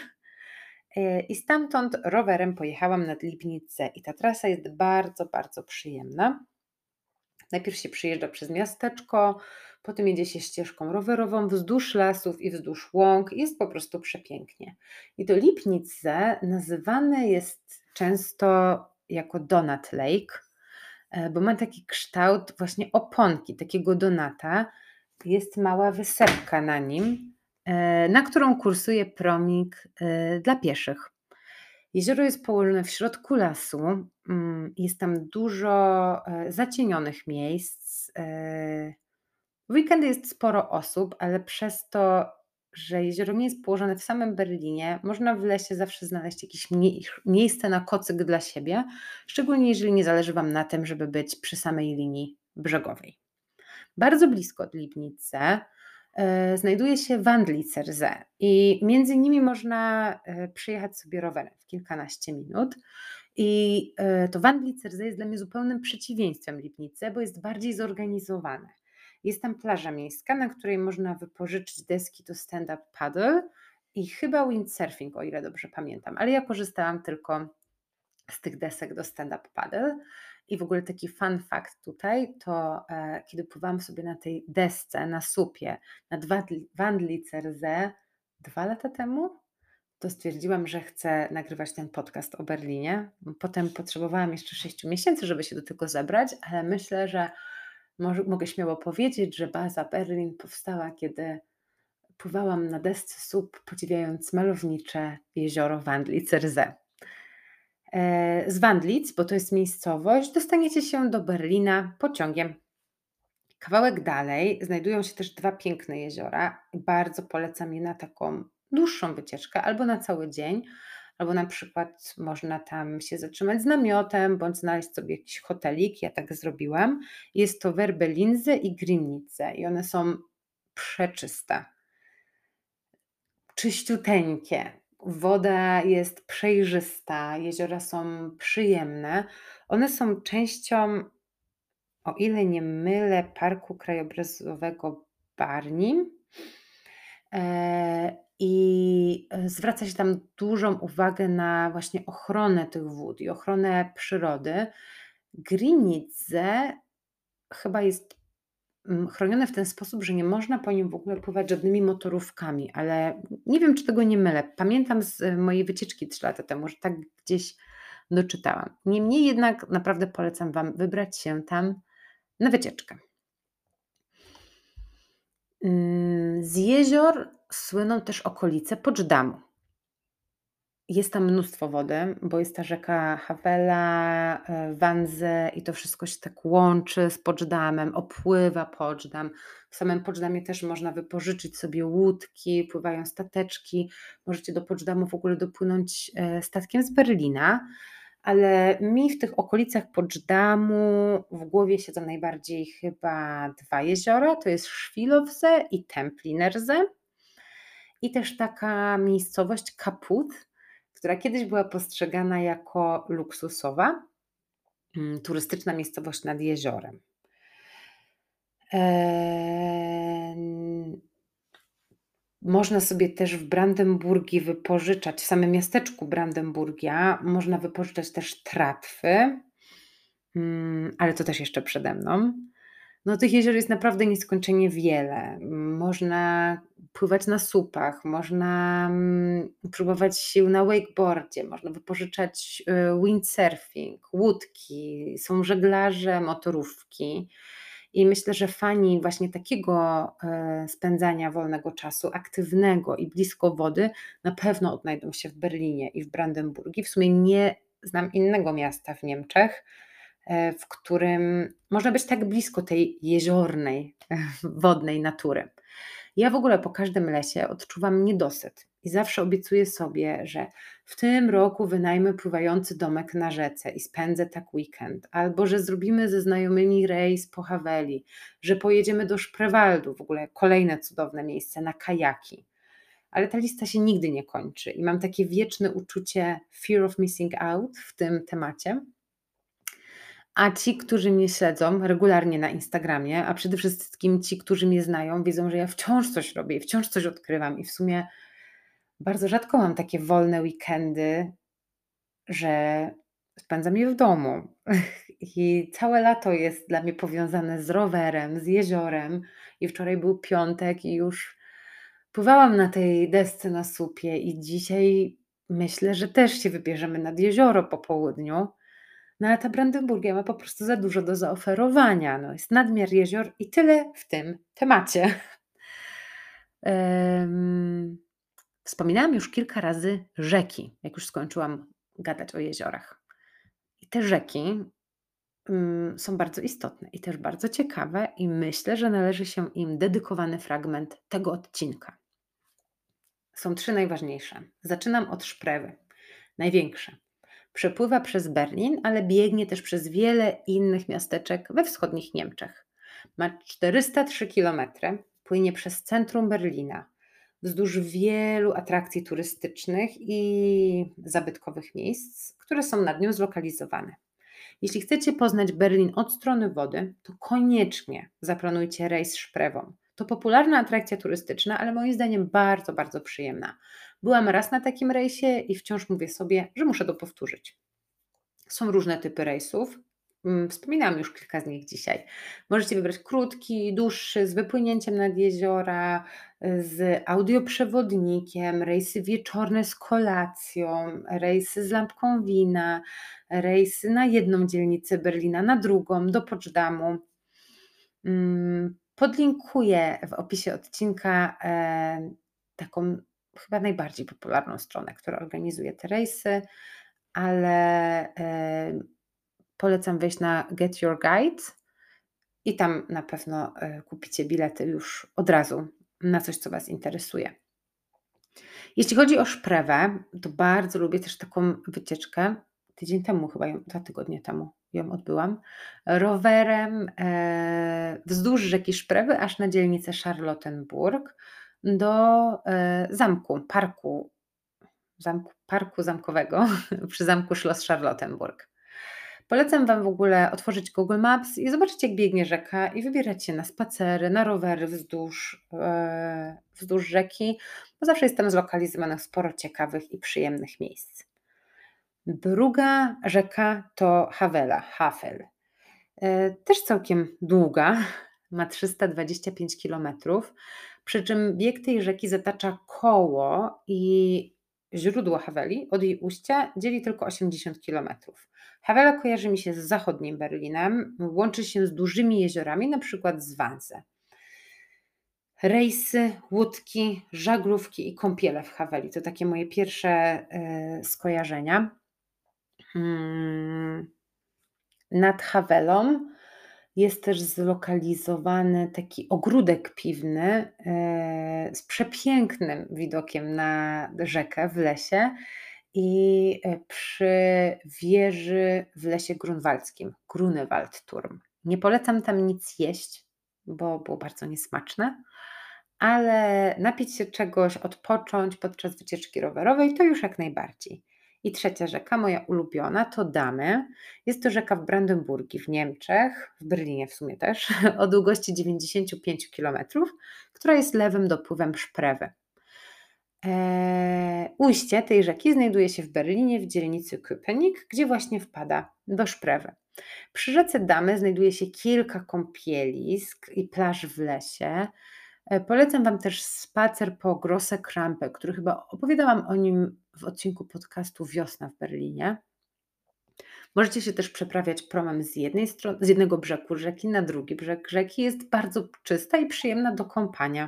I stamtąd rowerem pojechałam nad Libnicę. I ta trasa jest bardzo, bardzo przyjemna. Najpierw się przyjeżdża przez miasteczko, potem jedzie się ścieżką rowerową wzdłuż lasów i wzdłuż łąk. Jest po prostu przepięknie. I to Lipnice nazywane jest często jako Donut Lake, bo ma taki kształt właśnie oponki, takiego donata. Jest mała wysepka na nim, na którą kursuje promik dla pieszych. Jezioro jest położone w środku lasu. Jest tam dużo zacienionych miejsc. W weekendy jest sporo osób, ale przez to, że jezioro nie jest położone w samym Berlinie, można w lesie zawsze znaleźć jakieś miejsce na kocyk dla siebie, szczególnie jeżeli nie zależy Wam na tym, żeby być przy samej linii brzegowej. Bardzo blisko od Libnicy znajduje się Wandlitzer See i między nimi można przyjechać sobie rowerem w kilkanaście minut. I to Wandlitzer See jest dla mnie zupełnym przeciwieństwem Libnicy, bo jest bardziej zorganizowane. Jest tam plaża miejska, na której można wypożyczyć deski do stand-up paddle i chyba windsurfing, o ile dobrze pamiętam, ale ja korzystałam tylko z tych desek do stand-up paddle. I w ogóle taki fun fact tutaj, to kiedy pływałam sobie na tej desce, na supie, na Wandlitzer See 2 lata temu, to stwierdziłam, że chcę nagrywać ten podcast o Berlinie. Potem potrzebowałam jeszcze 6 miesięcy, żeby się do tego zebrać, ale myślę, że mogę śmiało powiedzieć, że baza Berlin powstała, kiedy pływałam na desce SUP, podziwiając malownicze jezioro Wandlitzer See. Z Wandlitz, bo to jest miejscowość, dostaniecie się do Berlina pociągiem. Kawałek dalej znajdują się też 2 piękne jeziora. Bardzo polecam je na taką dłuższą wycieczkę albo na cały dzień, albo na przykład można tam się zatrzymać z namiotem, bądź znaleźć sobie jakiś hotelik. Ja tak zrobiłam. Jest to Werbelinse i Grimnice i one są przeczyste, czyściuteńkie. Woda jest przejrzysta, jeziora są przyjemne. One są częścią, o ile nie mylę, Parku Krajobrazowego Barnim. I zwraca się tam dużą uwagę na właśnie ochronę tych wód i ochronę przyrody. Grimnice chyba jest chronione w ten sposób, że nie można po nim w ogóle pływać żadnymi motorówkami, ale nie wiem, czy tego nie mylę. Pamiętam z mojej wycieczki 3 lata temu, że tak gdzieś doczytałam. Niemniej jednak naprawdę polecam Wam wybrać się tam na wycieczkę. Z jezior słyną też okolice Poczdamу. Jest tam mnóstwo wody, bo jest ta rzeka Hawela, Wanze i to wszystko się tak łączy z Poczdamem, opływa Poczdam. W samym Poczdamie też można wypożyczyć sobie łódki, pływają stateczki. Możecie do Poczdamu w ogóle dopłynąć, statkiem z Berlina, ale mi w tych okolicach Poczdamu w głowie siedzą najbardziej chyba 2 jeziora, to jest Szwilowze i Templinerse. I też taka miejscowość Kaput, która kiedyś była postrzegana jako luksusowa, turystyczna miejscowość nad jeziorem. Można sobie też w Brandenburgii wypożyczać, w samym miasteczku Brandenburgia można wypożyczać też tratwy, ale to też jeszcze przede mną. No, tych jezior jest naprawdę nieskończenie wiele. Można pływać na słupach, można próbować sił na wakeboardzie, można wypożyczać windsurfing, łódki, są żeglarze, motorówki. I myślę, że fani właśnie takiego spędzania wolnego czasu, aktywnego i blisko wody, na pewno odnajdą się w Berlinie i w Brandenburgii. W sumie nie znam innego miasta w Niemczech, w którym można być tak blisko tej jeziornej, wodnej natury. Ja w ogóle po każdym lesie odczuwam niedosyt i zawsze obiecuję sobie, że w tym roku wynajmę pływający domek na rzece i spędzę tak weekend, albo że zrobimy ze znajomymi rejs po Haweli, że pojedziemy do Spreewaldu, w ogóle kolejne cudowne miejsce, na kajaki. Ale ta lista się nigdy nie kończy i mam takie wieczne uczucie fear of missing out w tym temacie. A ci, którzy mnie śledzą regularnie na Instagramie, a przede wszystkim ci, którzy mnie znają, wiedzą, że ja wciąż coś robię i wciąż coś odkrywam i w sumie bardzo rzadko mam takie wolne weekendy, że spędzam je w domu. I całe lato jest dla mnie powiązane z rowerem, z jeziorem i wczoraj był piątek i już pływałam na tej desce na słupie i dzisiaj myślę, że też się wybierzemy nad jezioro po południu. No ale ta Brandenburgia ma po prostu za dużo do zaoferowania. No, jest nadmiar jezior i tyle w tym temacie. Em, Wspominałam już kilka razy rzeki, jak już skończyłam gadać o jeziorach. I te rzeki są bardzo istotne i też bardzo ciekawe i myślę, że należy się im dedykowany fragment tego odcinka. Są 3 najważniejsze. Zaczynam od Szprewy, największe. Przepływa przez Berlin, ale biegnie też przez wiele innych miasteczek we wschodnich Niemczech. Ma 403 km, płynie przez centrum Berlina, wzdłuż wielu atrakcji turystycznych i zabytkowych miejsc, które są nad nią zlokalizowane. Jeśli chcecie poznać Berlin od strony wody, to koniecznie zaplanujcie rejs Szprewą. To popularna atrakcja turystyczna, ale moim zdaniem bardzo, bardzo przyjemna. Byłam raz na takim rejsie i wciąż mówię sobie, że muszę to powtórzyć. Są różne typy rejsów. Wspominałam już kilka z nich dzisiaj. Możecie wybrać krótki, dłuższy, z wypłynięciem nad jeziora, z audioprzewodnikiem, rejsy wieczorne z kolacją, rejsy z lampką wina, rejsy na jedną dzielnicę Berlina, na drugą, do Poczdamу. Podlinkuję w opisie odcinka taką chyba najbardziej popularną stronę, która organizuje te rejsy, ale polecam wejść na Get Your Guide i tam na pewno kupicie bilety już od razu na coś, co Was interesuje. Jeśli chodzi o Szprewę, to bardzo lubię też taką wycieczkę. Tydzień temu, chyba 2 tygodnie temu ją odbyłam. Rowerem wzdłuż rzeki Szprewy, aż na dzielnicę Charlottenburg do parku zamkowego przy zamku Schloss Charlottenburg. Polecam Wam w ogóle otworzyć Google Maps i zobaczyć, jak biegnie rzeka i wybierać się na spacery, na rowery wzdłuż rzeki, bo zawsze jest tam zlokalizowanych sporo ciekawych i przyjemnych miejsc. Druga rzeka to Havel. Też całkiem długa, ma 325 km, przy czym bieg tej rzeki zatacza koło i źródło Haweli od jej ujścia dzieli tylko 80 km. Hawela kojarzy mi się z zachodnim Berlinem, łączy się z dużymi jeziorami, na przykład z Wannsee. Rejsy, łódki, żaglówki i kąpiele w Haweli. To takie moje pierwsze, skojarzenia. Mm, Nad Hawelą jest też zlokalizowany taki ogródek piwny, z przepięknym widokiem na rzekę w lesie i, przy wieży w lesie grunwaldzkim, Grunewaldturm. Nie polecam tam nic jeść, bo było bardzo niesmaczne, ale napić się czegoś, odpocząć podczas wycieczki rowerowej to już jak najbardziej. I trzecia rzeka, moja ulubiona, to Damy. Jest to rzeka w Brandenburgii w Niemczech, w Berlinie w sumie też, o długości 95 kilometrów, która jest lewym dopływem Szprewy. Ujście tej rzeki znajduje się w Berlinie w dzielnicy Köpenick, gdzie właśnie wpada do Szprewy. Przy rzece Damy znajduje się kilka kąpielisk i plaż w lesie. Polecam Wam też spacer po Grosse Krampe, który chyba opowiadałam o nim w odcinku podcastu Wiosna w Berlinie. Możecie się też przeprawiać promem z jednego brzegu rzeki na drugi brzeg rzeki. Jest bardzo czysta i przyjemna do kąpania.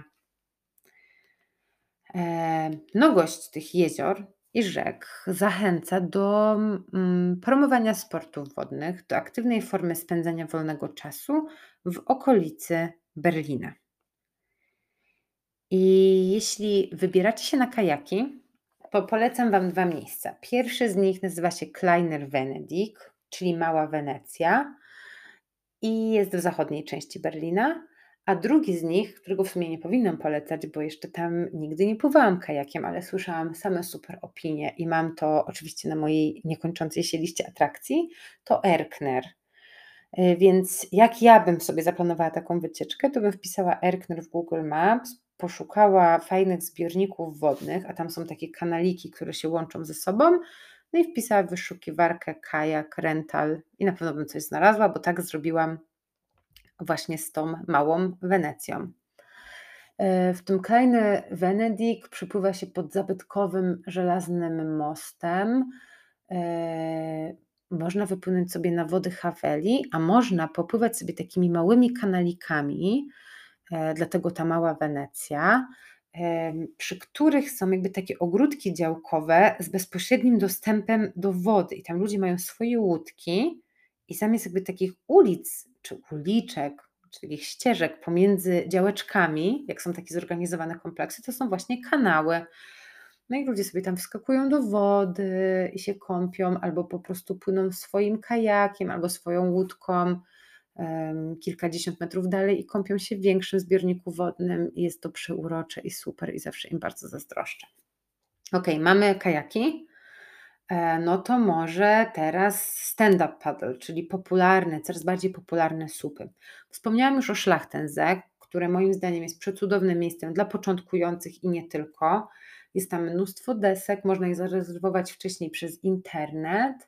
Mnogość tych jezior i rzek zachęca do promowania sportów wodnych, do aktywnej formy spędzania wolnego czasu w okolicy Berlina. I jeśli wybieracie się na kajaki, to polecam Wam 2 miejsca. Pierwsze z nich nazywa się Kleiner Venedig, czyli Mała Wenecja i jest w zachodniej części Berlina, a drugi z nich, którego w sumie nie powinnam polecać, bo jeszcze tam nigdy nie pływałam kajakiem, ale słyszałam same super opinie i mam to oczywiście na mojej niekończącej się liście atrakcji, to Erkner. Więc jak ja bym sobie zaplanowała taką wycieczkę, to bym wpisała Erkner w Google Maps, poszukała fajnych zbiorników wodnych, a tam są takie kanaliki, które się łączą ze sobą, no i wpisała w wyszukiwarkę kajak, rental i na pewno bym coś znalazła, bo tak zrobiłam właśnie z tą Małą Wenecją. W tym Kleine Venedig przypływa się pod zabytkowym żelaznym mostem. Można wypłynąć sobie na wody Haweli, a można popływać sobie takimi małymi kanalikami, dlatego ta Mała Wenecja, przy których są jakby takie ogródki działkowe z bezpośrednim dostępem do wody i tam ludzie mają swoje łódki i zamiast jakby takich ulic czy uliczek, czy takich ścieżek pomiędzy działeczkami, jak są takie zorganizowane kompleksy, to są właśnie kanały. No i ludzie sobie tam wskakują do wody i się kąpią, albo po prostu płyną swoim kajakiem, albo swoją łódką kilkadziesiąt metrów dalej i kąpią się w większym zbiorniku wodnym. I jest to przeurocze i super i zawsze im bardzo zazdroszczę. Ok, mamy kajaki. No to może teraz stand-up paddle, czyli popularne, coraz bardziej popularne supy. Wspomniałam już o Schlachtense, które moim zdaniem jest przecudownym miejscem dla początkujących i nie tylko. Jest tam mnóstwo desek, można je zarezerwować wcześniej przez internet,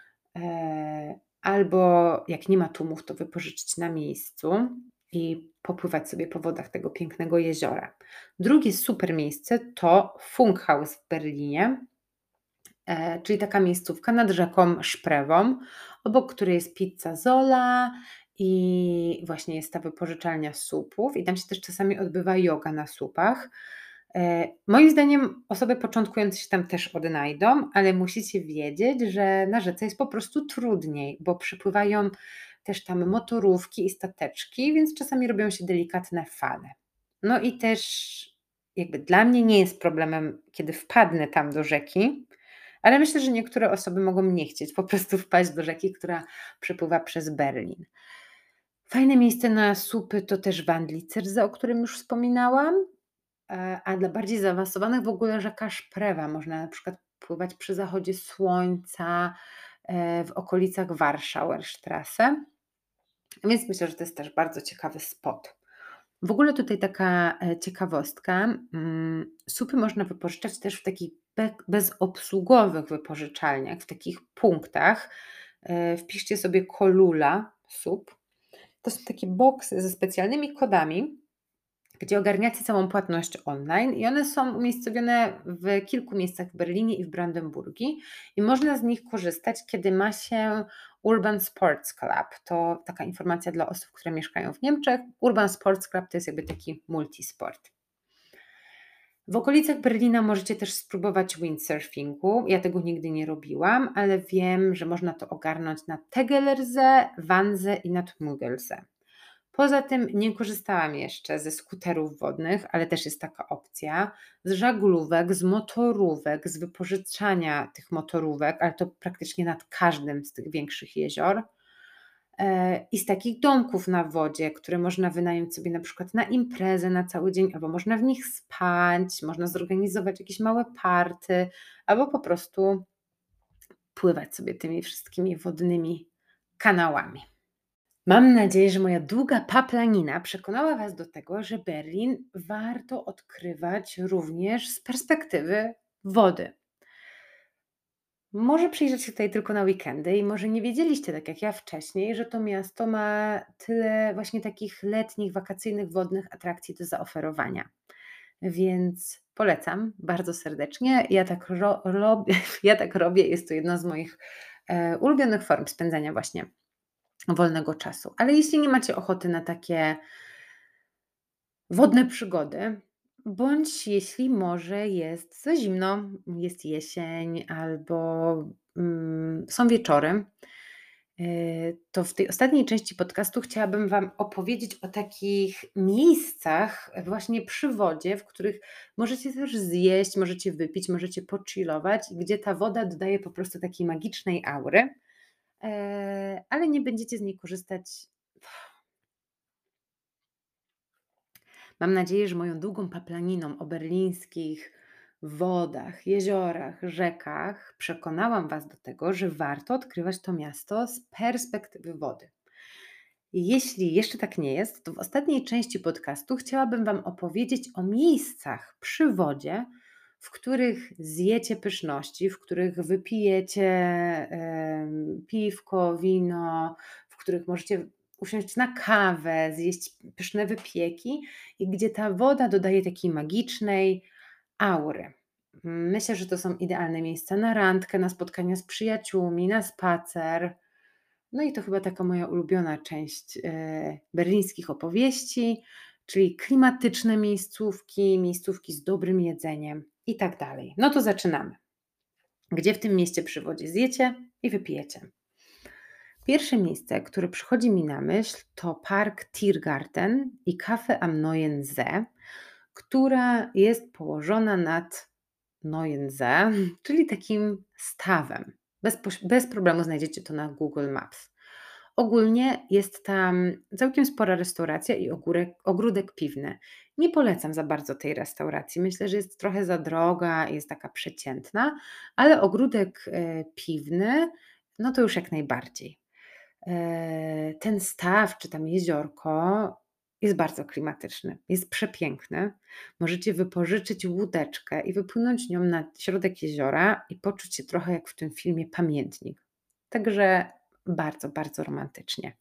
albo jak nie ma tłumów, to wypożyczyć na miejscu i popływać sobie po wodach tego pięknego jeziora. Drugie super miejsce to Funkhaus w Berlinie, czyli taka miejscówka nad rzeką Szprewą, obok której jest Pizza Zola i właśnie jest ta wypożyczalnia supów i tam się też czasami odbywa joga na supach. Moim zdaniem osoby początkujące się tam też odnajdą, ale musicie wiedzieć, że na rzece jest po prostu trudniej, bo przypływają też tam motorówki i stateczki, więc czasami robią się delikatne fale. No i też jakby dla mnie nie jest problemem, kiedy wpadnę tam do rzeki, ale myślę, że niektóre osoby mogą nie chcieć po prostu wpaść do rzeki, która przepływa przez Berlin. Fajne miejsce na supy to też Wandlizerse, o którym już wspominałam, a dla bardziej zaawansowanych w ogóle rzeka Szprewa. Można na przykład pływać przy zachodzie słońca w okolicach Warschauerstrasse, więc myślę, że to jest też bardzo ciekawy spot. W ogóle tutaj taka ciekawostka, supy można wypożyczać też w takich bezobsługowych wypożyczalniach, w takich punktach. Wpiszcie sobie Kolula sup. To są takie boksy ze specjalnymi kodami, gdzie ogarniacie całą płatność online i one są umiejscowione w kilku miejscach w Berlinie i w Brandenburgii i można z nich korzystać, kiedy ma się Urban Sports Club to taka informacja dla osób, które mieszkają w Niemczech. Urban Sports Club to jest jakby taki multisport. W okolicach Berlina możecie też spróbować windsurfingu. Ja tego nigdy nie robiłam, ale wiem, że można to ogarnąć na Tegernsee, Wannsee i nad Müggelsee. Poza tym nie korzystałam jeszcze ze skuterów wodnych, ale też jest taka opcja, z żaglówek, z motorówek, z wypożyczania tych motorówek, ale to praktycznie nad każdym z tych większych jezior. I z takich domków na wodzie, które można wynająć sobie na przykład na imprezę na cały dzień, albo można w nich spać, można zorganizować jakieś małe party, albo po prostu pływać sobie tymi wszystkimi wodnymi kanałami. Mam nadzieję, że moja długa paplanina przekonała Was do tego, że Berlin warto odkrywać również z perspektywy wody. Może przyjrzeć się tutaj tylko na weekendy i może nie wiedzieliście, tak jak ja wcześniej, że to miasto ma tyle właśnie takich letnich, wakacyjnych, wodnych atrakcji do zaoferowania. Więc polecam bardzo serdecznie. Ja tak robię, ja tak robię, jest to jedna z moich ulubionych form spędzania właśnie wolnego czasu. Ale jeśli nie macie ochoty na takie wodne przygody, bądź jeśli może jest za zimno, jest jesień albo są wieczory, to w tej ostatniej części podcastu chciałabym Wam opowiedzieć o takich miejscach właśnie przy wodzie, w których możecie też zjeść, możecie wypić, możecie pochillować, gdzie ta woda dodaje po prostu takiej magicznej aury, ale nie będziecie z niej korzystać. Mam nadzieję, że moją długą paplaniną o berlińskich wodach, jeziorach, rzekach przekonałam Was do tego, że warto odkrywać to miasto z perspektywy wody. Jeśli jeszcze tak nie jest, to w ostatniej części podcastu chciałabym Wam opowiedzieć o miejscach przy wodzie, w których zjecie pyszności, w których wypijecie piwko, wino, w których możecie usiąść na kawę, zjeść pyszne wypieki i gdzie ta woda dodaje takiej magicznej aury. Myślę, że to są idealne miejsca na randkę, na spotkania z przyjaciółmi, na spacer. No i to chyba taka moja ulubiona część berlińskich opowieści, czyli klimatyczne miejscówki, miejscówki z dobrym jedzeniem i tak dalej. No to zaczynamy. Gdzie w tym mieście przy wodzie zjecie i wypijecie? Pierwsze miejsce, które przychodzi mi na myśl, to park Tiergarten i Café am Neuen See, która jest położona nad Neuen See, czyli takim stawem. Bez problemu znajdziecie to na Google Maps. Ogólnie jest tam całkiem spora restauracja i ogródek piwny. Nie polecam za bardzo tej restauracji. Myślę, że jest trochę za droga i jest taka przeciętna, ale ogródek piwny, no to już jak najbardziej. Ten staw czy tam jeziorko jest bardzo klimatyczny, jest przepiękny. Możecie wypożyczyć łódeczkę i wypłynąć nią na środek jeziora i poczuć się trochę jak w tym filmie Pamiętnik. Także bardzo, bardzo romantycznie.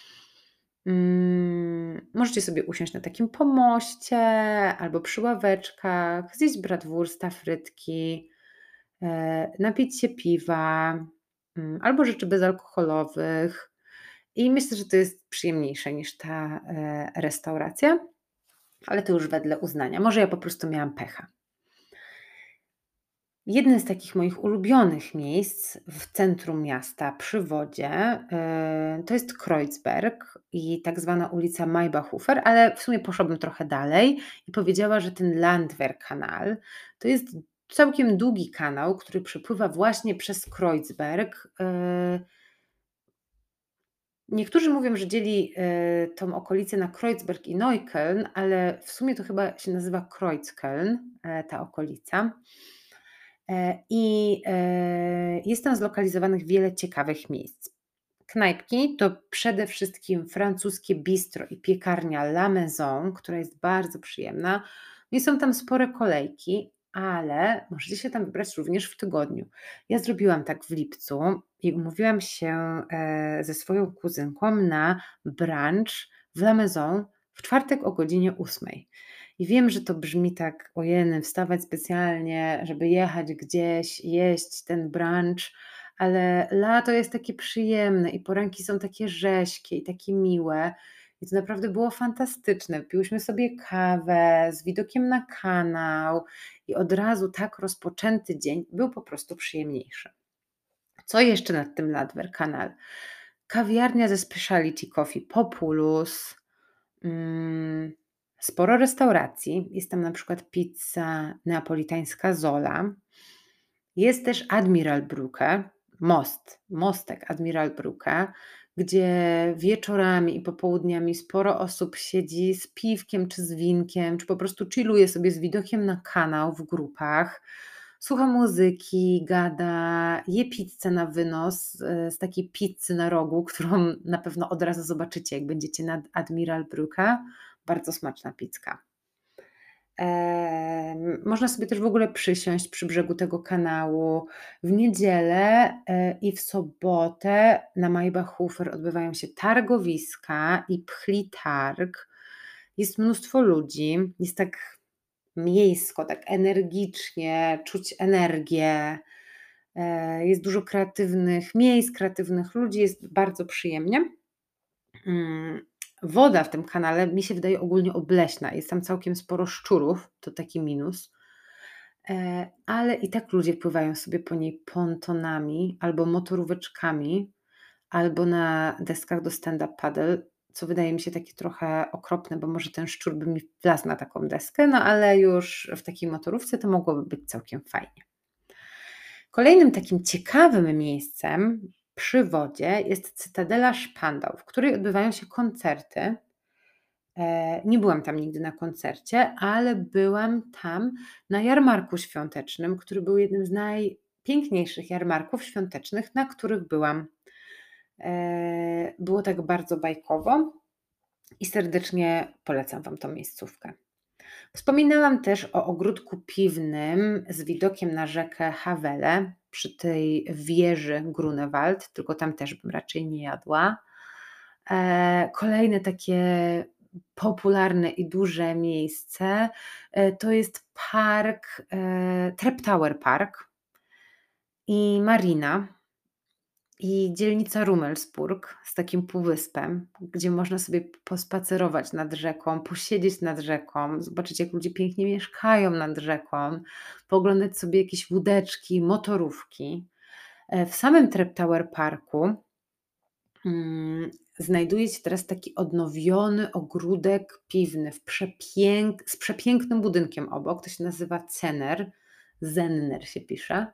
Możecie sobie usiąść na takim pomoście albo przy ławeczkach, zjeść bratwursta, frytki, napić się piwa, albo rzeczy bezalkoholowych. I myślę, że to jest przyjemniejsze niż ta restauracja, ale to już wedle uznania. Może ja po prostu miałam pecha. Jednym z takich moich ulubionych miejsc w centrum miasta przy wodzie to jest Kreuzberg i tak zwana ulica Maybachhofer, ale w sumie poszłabym trochę dalej i powiedziała, że ten Landwehrkanal to jest całkiem długi kanał, który przepływa właśnie przez Kreuzberg. Niektórzy mówią, że dzieli tą okolicę na Kreuzberg i Neukölln, ale w sumie to chyba się nazywa Kreuzköln, ta okolica. I jest tam zlokalizowanych wiele ciekawych miejsc. Knajpki to przede wszystkim francuskie bistro i piekarnia La Maison, która jest bardzo przyjemna. No i są tam spore kolejki, ale możecie się tam wybrać również w tygodniu. Ja zrobiłam tak w lipcu i umówiłam się ze swoją kuzynką na brunch w La Maison w czwartek o godzinie 8. I wiem, że to brzmi tak, ojej, wstawać specjalnie, żeby jechać gdzieś, jeść ten brunch, ale lato jest takie przyjemne i poranki są takie rześkie i takie miłe. I to naprawdę było fantastyczne. Piłyśmy sobie kawę z widokiem na kanał i od razu tak rozpoczęty dzień był po prostu przyjemniejszy. Co jeszcze nad tym Ladwer Kanal? Kawiarnia ze specialty coffee Populus, mm, sporo restauracji. Jest tam na przykład pizza neapolitańska Zola. Jest też Admiralbrücke, mostek Admiralbrücke, gdzie wieczorami i popołudniami sporo osób siedzi z piwkiem czy z winkiem, czy po prostu chilluje sobie z widokiem na kanał w grupach, słucha muzyki, gada, je pizzę na wynos z takiej pizzy na rogu, którą na pewno od razu zobaczycie, jak będziecie nad Admiralbrücke. Bardzo smaczna pizzka. Można sobie też w ogóle przysiąść przy brzegu tego kanału. W niedzielę i w sobotę na Maybachhofer odbywają się targowiska i pchli targ. Jest mnóstwo ludzi, jest tak miejsko, tak energicznie, czuć energię. Jest dużo kreatywnych miejsc, kreatywnych ludzi, jest bardzo przyjemnie. Mm, Woda w tym kanale mi się wydaje ogólnie obleśna. Jest tam całkiem sporo szczurów, to taki minus. Ale i tak ludzie pływają sobie po niej pontonami albo motoróweczkami, albo na deskach do stand-up paddle, co wydaje mi się takie trochę okropne, bo może ten szczur by mi wlazł na taką deskę, no ale już w takiej motorówce to mogłoby być całkiem fajnie. Kolejnym takim ciekawym miejscem przy wodzie jest Cytadela Spandau, w której odbywają się koncerty. Nie byłam tam nigdy na koncercie, ale byłam tam na jarmarku świątecznym, który był jednym z najpiękniejszych jarmarków świątecznych, na których byłam. Było tak bardzo bajkowo i serdecznie polecam Wam tą miejscówkę. Wspominałam też o ogródku piwnym z widokiem na rzekę Hawele przy tej wieży Grunewald, tylko tam też bym raczej nie jadła. Kolejne takie popularne i duże miejsce to jest park, Treptower Park i marina i dzielnica Rummelsburg z takim półwyspem, gdzie można sobie pospacerować nad rzeką, posiedzieć nad rzeką, zobaczyć jak ludzie pięknie mieszkają nad rzeką, pooglądać sobie jakieś łódeczki, motorówki. W samym Treptower Parku znajduje się teraz taki odnowiony ogródek piwny z przepięknym budynkiem obok, to się nazywa Zenner się pisze.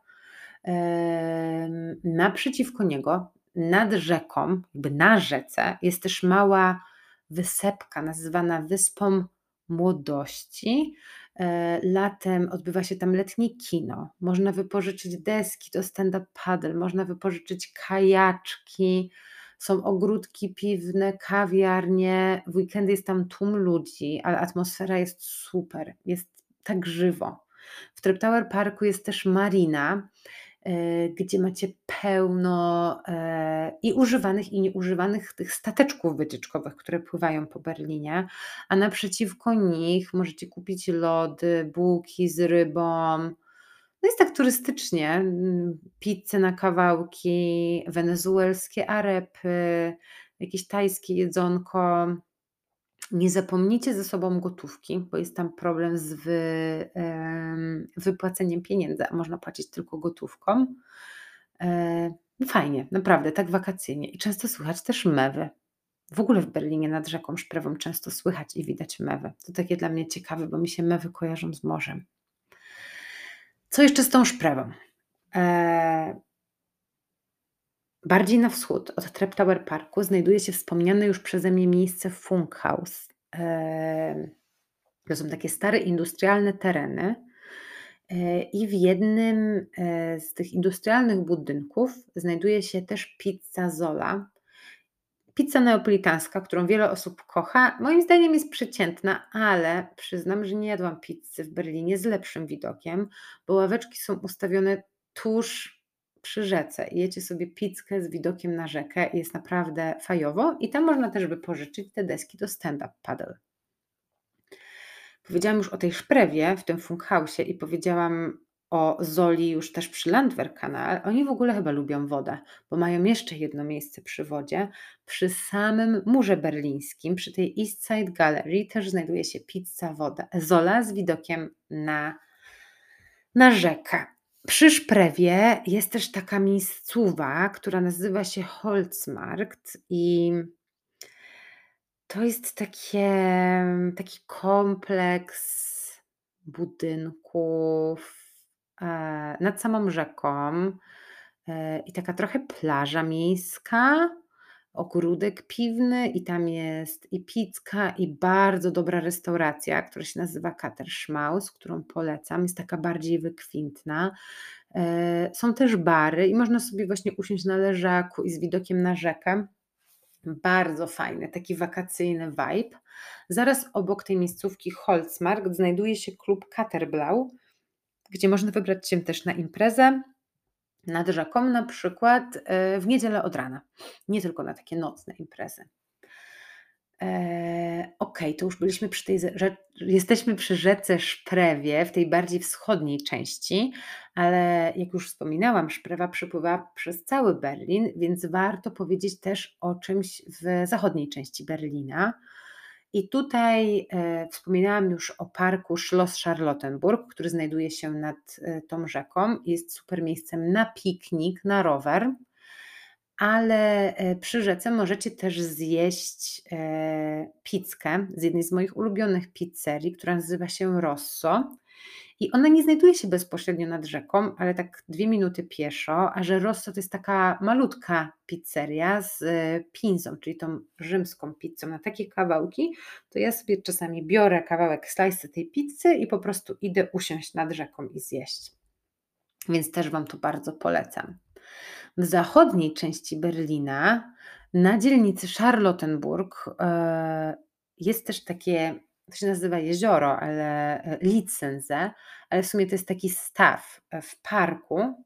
Naprzeciwko niego, nad rzeką, jakby na rzece, jest też mała wysepka nazywana Wyspą Młodości. Latem odbywa się tam letnie kino. Można wypożyczyć deski do stand-up paddle, można wypożyczyć kajaczki, są ogródki piwne, kawiarnie, w weekendy jest tam tłum ludzi, ale atmosfera jest super, jest tak żywo. W Treptower Parku jest też marina, gdzie macie pełno i używanych, i nieużywanych tych stateczków wycieczkowych, które pływają po Berlinie, a naprzeciwko nich możecie kupić lody, bułki z rybą. No jest tak turystycznie, pizze na kawałki, wenezuelskie arepy, jakieś tajskie jedzonko. Nie zapomnijcie ze sobą gotówki, bo jest tam problem z wypłaceniem pieniędzy, a można płacić tylko gotówką. Fajnie, naprawdę, tak wakacyjnie i często słychać też mewy. W ogóle w Berlinie nad rzeką Szprewą często słychać i widać mewy. To takie dla mnie ciekawe, bo mi się mewy kojarzą z morzem. Co jeszcze z tą Szprewą? Bardziej na wschód od Treptower Parku znajduje się wspomniane już przeze mnie miejsce Funkhaus. To są takie stare industrialne tereny i w jednym z tych industrialnych budynków znajduje się też pizza Zola. Pizza neapolitańska, którą wiele osób kocha, moim zdaniem jest przeciętna, ale przyznam, że nie jadłam pizzy w Berlinie z lepszym widokiem, bo ławeczki są ustawione tuż przy rzece i jecie sobie pizzkę z widokiem na rzekę i jest naprawdę fajowo i tam można też wypożyczyć te deski do stand-up paddle. Powiedziałam już o tej Szprewie w tym Funkhausie i powiedziałam o Zoli już też przy Landwehrkanal, oni w ogóle chyba lubią wodę, bo mają jeszcze jedno miejsce przy wodzie. Przy samym murze berlińskim, przy tej East Side Gallery też znajduje się pizza Zola z widokiem na rzekę. Przy Szprewie jest też taka miejscowa, która nazywa się Holzmarkt i to jest taki kompleks budynków, nad samą rzeką, i taka trochę plaża miejska, ogródek piwny i tam jest i pizzka, i bardzo dobra restauracja, która się nazywa Katerschmaus, którą polecam. Jest taka bardziej wykwintna. Są też bary i można sobie właśnie usiąść na leżaku i z widokiem na rzekę. Bardzo fajny, taki wakacyjny vibe. Zaraz obok tej miejscówki Holzmarkt znajduje się klub Katerblau, gdzie można wybrać się też na imprezę nad rzeką, na przykład w niedzielę od rana, nie tylko na takie nocne imprezy. Okej, to już byliśmy przy tej jesteśmy przy rzece Szprewie, w tej bardziej wschodniej części, ale jak już wspominałam, Szprewa przepływa przez cały Berlin, więc warto powiedzieć też o czymś w zachodniej części Berlina. I tutaj wspominałam już o parku Schloss Charlottenburg, który znajduje się nad tą rzeką. Jest super miejscem na piknik, na rower. Ale przy rzece możecie też zjeść pizzkę z jednej z moich ulubionych pizzerii, która nazywa się Rosso. I ona nie znajduje się bezpośrednio nad rzeką, ale tak 2 minuty pieszo, a że Rosso to jest taka malutka pizzeria z pinzą, czyli tą rzymską pizzą na takie kawałki, to ja sobie czasami biorę kawałek slice'y tej pizzy i po prostu idę usiąść nad rzeką i zjeść. Więc też Wam to bardzo polecam. W zachodniej części Berlina, na dzielnicy Charlottenburg, jest też takie, to się nazywa jezioro, ale Litsense, ale w sumie to jest taki staw w parku,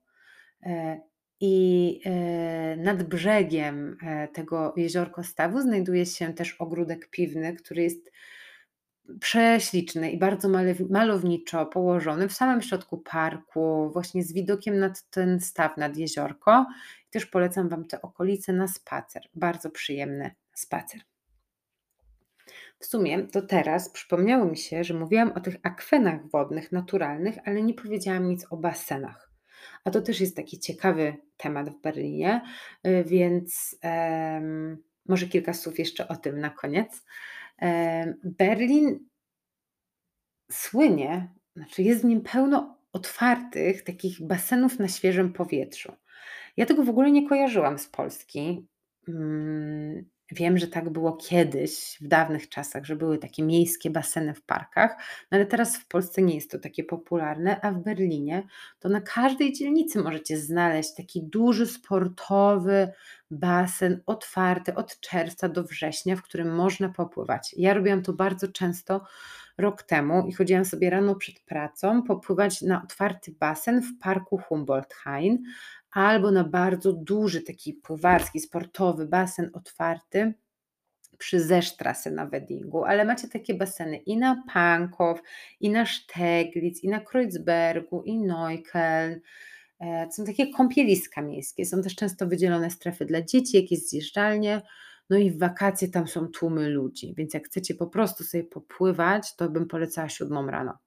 i nad brzegiem tego jeziorkostawu znajduje się też ogródek piwny, który jest prześliczny i bardzo malowniczo położony w samym środku parku, właśnie z widokiem nad ten staw, nad jeziorko. I też polecam Wam te okolice na spacer. Bardzo przyjemny spacer. W sumie to teraz przypomniało mi się, że mówiłam o tych akwenach wodnych, naturalnych, ale nie powiedziałam nic o basenach. A to też jest taki ciekawy temat w Berlinie, więc może kilka słów jeszcze o tym na koniec. Berlin słynie, znaczy jest w nim pełno otwartych takich basenów na świeżym powietrzu. Ja tego w ogóle nie kojarzyłam z Polski. Wiem, że tak było kiedyś, w dawnych czasach, że były takie miejskie baseny w parkach, no ale teraz w Polsce nie jest to takie popularne, a w Berlinie to na każdej dzielnicy możecie znaleźć taki duży sportowy basen otwarty od czerwca do września, w którym można popływać. Ja robiłam to bardzo często rok temu i chodziłam sobie rano przed pracą popływać na otwarty basen w parku Humboldt-Hain albo na bardzo duży taki pływarski, sportowy basen otwarty przy Seestrasse na Weddingu, ale macie takie baseny i na Pankow, i na Steglitz, i na Kreuzbergu, i Neukölln. To są takie kąpieliska miejskie, są też często wydzielone strefy dla dzieci, jakieś zjeżdżalnie, no i w wakacje tam są tłumy ludzi, więc jak chcecie po prostu sobie popływać, to bym polecała 7 rano.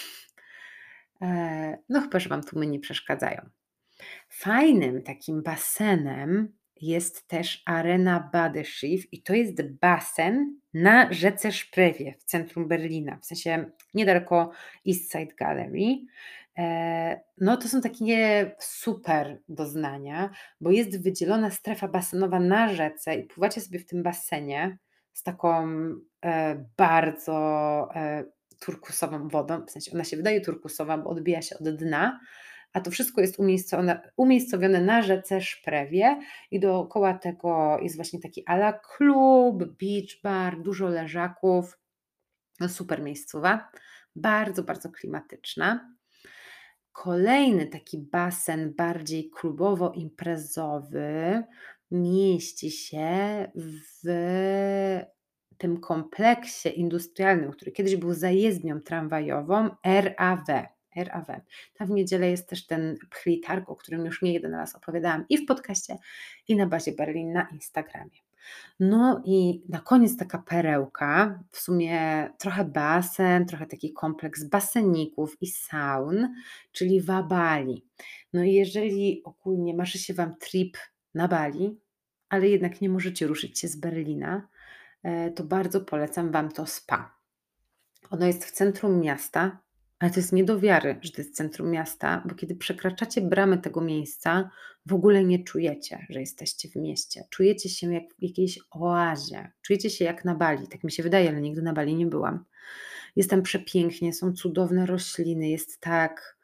No chyba, że Wam tłumy nie przeszkadzają. Fajnym takim basenem jest też Arena Badeschiff i to jest basen na rzece Szprewie w centrum Berlina, w sensie niedaleko East Side Gallery. No to są takie super doznania, bo jest wydzielona strefa basenowa na rzece i pływacie sobie w tym basenie z taką bardzo turkusową wodą, w sensie ona się wydaje turkusowa, bo odbija się od dna, a to wszystko jest umiejscowione na rzece Szprewie i dookoła tego jest właśnie taki à la klub, beach bar, dużo leżaków. No super miejscowa, bardzo, bardzo klimatyczna. Kolejny taki basen bardziej klubowo-imprezowy mieści się w tym kompleksie industrialnym, który kiedyś był zajezdnią tramwajową RAW. RAW. Tam w niedzielę jest też ten Pchli Targ, o którym już nie jeden raz opowiadałam i w podcaście, i na bazie Berlin na Instagramie. No i na koniec taka perełka, w sumie trochę basen, trochę taki kompleks baseników i saun, czyli Wabali. No i jeżeli ogólnie marzy się Wam trip na Bali, ale jednak nie możecie ruszyć się z Berlina, to bardzo polecam Wam to spa. Ono jest w centrum miasta, ale to jest nie do wiary, że to jest centrum miasta, bo kiedy przekraczacie bramy tego miejsca, w ogóle nie czujecie, że jesteście w mieście. Czujecie się jak w jakiejś oazie. Czujecie się jak na Bali. Tak mi się wydaje, ale nigdy na Bali nie byłam. Jest tam przepięknie, są cudowne rośliny, jest tak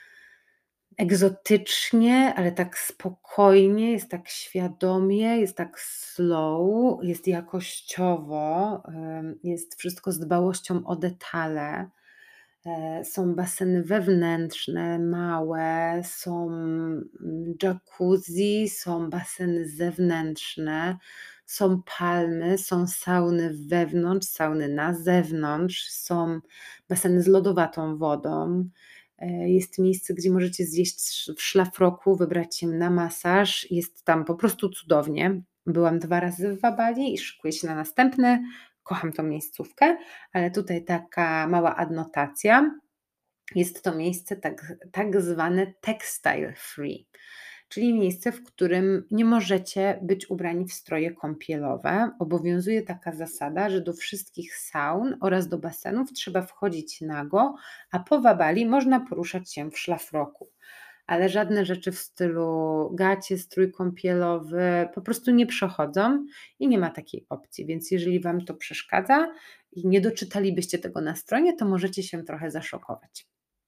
egzotycznie, ale tak spokojnie, jest tak świadomie, jest tak slow, jest jakościowo, jest wszystko z dbałością o detale. Są baseny wewnętrzne, małe, są jacuzzi, są baseny zewnętrzne, są palmy, są sauny wewnątrz, sauny na zewnątrz, są baseny z lodowatą wodą. Jest miejsce, gdzie możecie zjeść w szlafroku, wybrać się na masaż. Jest tam po prostu cudownie. Byłam 2 razy w Wabali i szykuję się na następny. Kocham tą miejscówkę, ale tutaj taka mała adnotacja. Jest to miejsce tak zwane textile free, czyli miejsce, w którym nie możecie być ubrani w stroje kąpielowe. Obowiązuje taka zasada, że do wszystkich saun oraz do basenów trzeba wchodzić nago, a po Wabali można poruszać się w szlafroku. Ale żadne rzeczy w stylu gacie, strój kąpielowy po prostu nie przechodzą i nie ma takiej opcji. Więc jeżeli Wam to przeszkadza i nie doczytalibyście tego na stronie, to możecie się trochę zaszokować.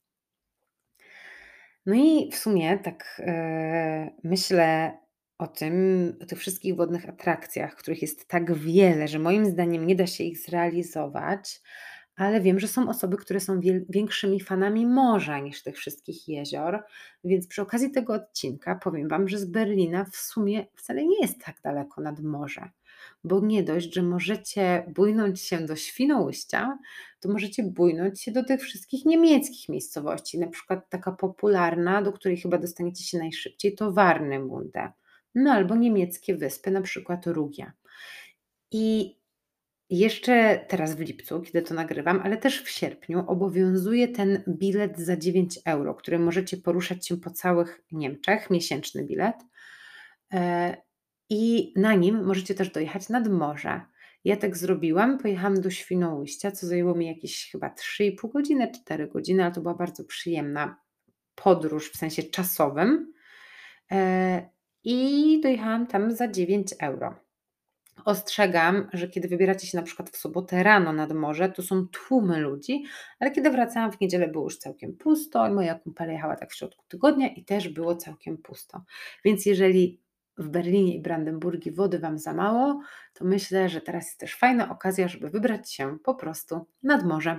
No i w sumie tak, myślę o tych wszystkich wodnych atrakcjach, których jest tak wiele, że moim zdaniem nie da się ich zrealizować, ale wiem, że są osoby, które są większymi fanami morza niż tych wszystkich jezior, więc przy okazji tego odcinka powiem Wam, że z Berlina w sumie wcale nie jest tak daleko nad morze, bo nie dość, że możecie bujnąć się do Świnoujścia, to możecie bujnąć się do tych wszystkich niemieckich miejscowości. Na przykład taka popularna, do której chyba dostaniecie się najszybciej, to Warnemünde. No albo niemieckie wyspy, na przykład Rugia. I jeszcze teraz w lipcu, kiedy to nagrywam, ale też w sierpniu obowiązuje ten bilet za 9 €, którym możecie poruszać się po całych Niemczech, miesięczny bilet. E, I na nim możecie też dojechać nad morze. Ja tak zrobiłam, pojechałam do Świnoujścia, co zajęło mi jakieś chyba 3,5 godziny, 4 godziny, ale to była bardzo przyjemna podróż w sensie czasowym. E, I dojechałam tam za 9 €. Ostrzegam, że kiedy wybieracie się na przykład w sobotę rano nad morze, to są tłumy ludzi, ale kiedy wracałam w niedzielę, było już całkiem pusto i moja kumpela jechała tak w środku tygodnia i też było całkiem pusto. Więc jeżeli w Berlinie i Brandenburgii wody Wam za mało, to myślę, że teraz jest też fajna okazja, żeby wybrać się po prostu nad morze.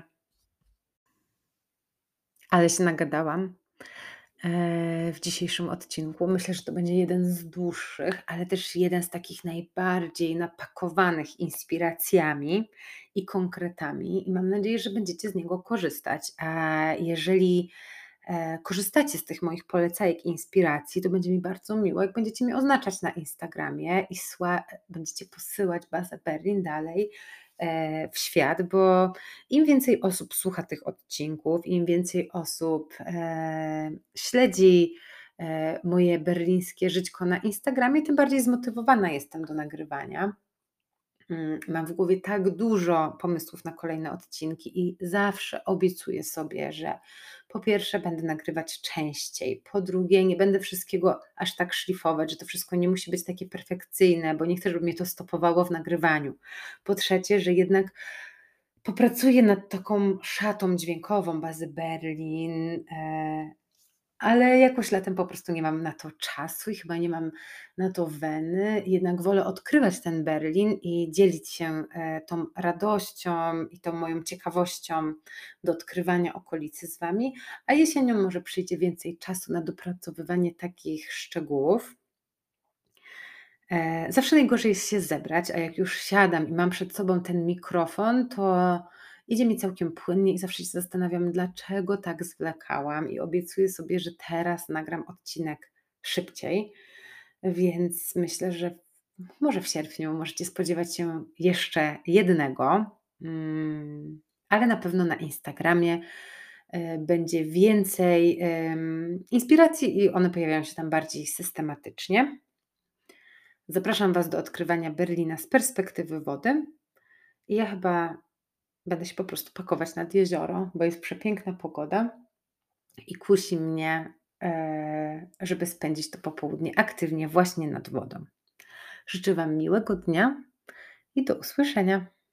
Ale się nagadałam w dzisiejszym odcinku. Myślę, że to będzie jeden z dłuższych, ale też jeden z takich najbardziej napakowanych inspiracjami i konkretami i mam nadzieję, że będziecie z niego korzystać. A jeżeli korzystacie z tych moich polecajek i inspiracji, to będzie mi bardzo miło, jak będziecie mnie oznaczać na Instagramie i będziecie posyłać bazę Berlin dalej w świat, bo im więcej osób słucha tych odcinków, im więcej osób śledzi moje berlińskie żyćko na Instagramie, tym bardziej zmotywowana jestem do nagrywania. Mam w głowie tak dużo pomysłów na kolejne odcinki i zawsze obiecuję sobie, że po pierwsze będę nagrywać częściej, po drugie nie będę wszystkiego aż tak szlifować, że to wszystko nie musi być takie perfekcyjne, bo nie chcę, żeby mnie to stopowało w nagrywaniu. Po trzecie, że jednak popracuję nad taką szatą dźwiękową bazy Berlin, ale jakoś latem po prostu nie mam na to czasu i chyba nie mam na to weny. Jednak wolę odkrywać ten Berlin i dzielić się tą radością i tą moją ciekawością do odkrywania okolicy z Wami, a jesienią może przyjdzie więcej czasu na dopracowywanie takich szczegółów. Zawsze najgorzej jest się zebrać, a jak już siadam i mam przed sobą ten mikrofon, to Idzie mi całkiem płynnie i zawsze się zastanawiam, dlaczego tak zwlekałam i obiecuję sobie, że teraz nagram odcinek szybciej, więc myślę, że może w sierpniu możecie spodziewać się jeszcze jednego, ale na pewno na Instagramie będzie więcej inspiracji i one pojawiają się tam bardziej systematycznie. Zapraszam Was do odkrywania Berlina z perspektywy wody. I ja chyba będę się po prostu pakować nad jezioro, bo jest przepiękna pogoda i kusi mnie, żeby spędzić to popołudnie aktywnie właśnie nad wodą. Życzę Wam miłego dnia i do usłyszenia.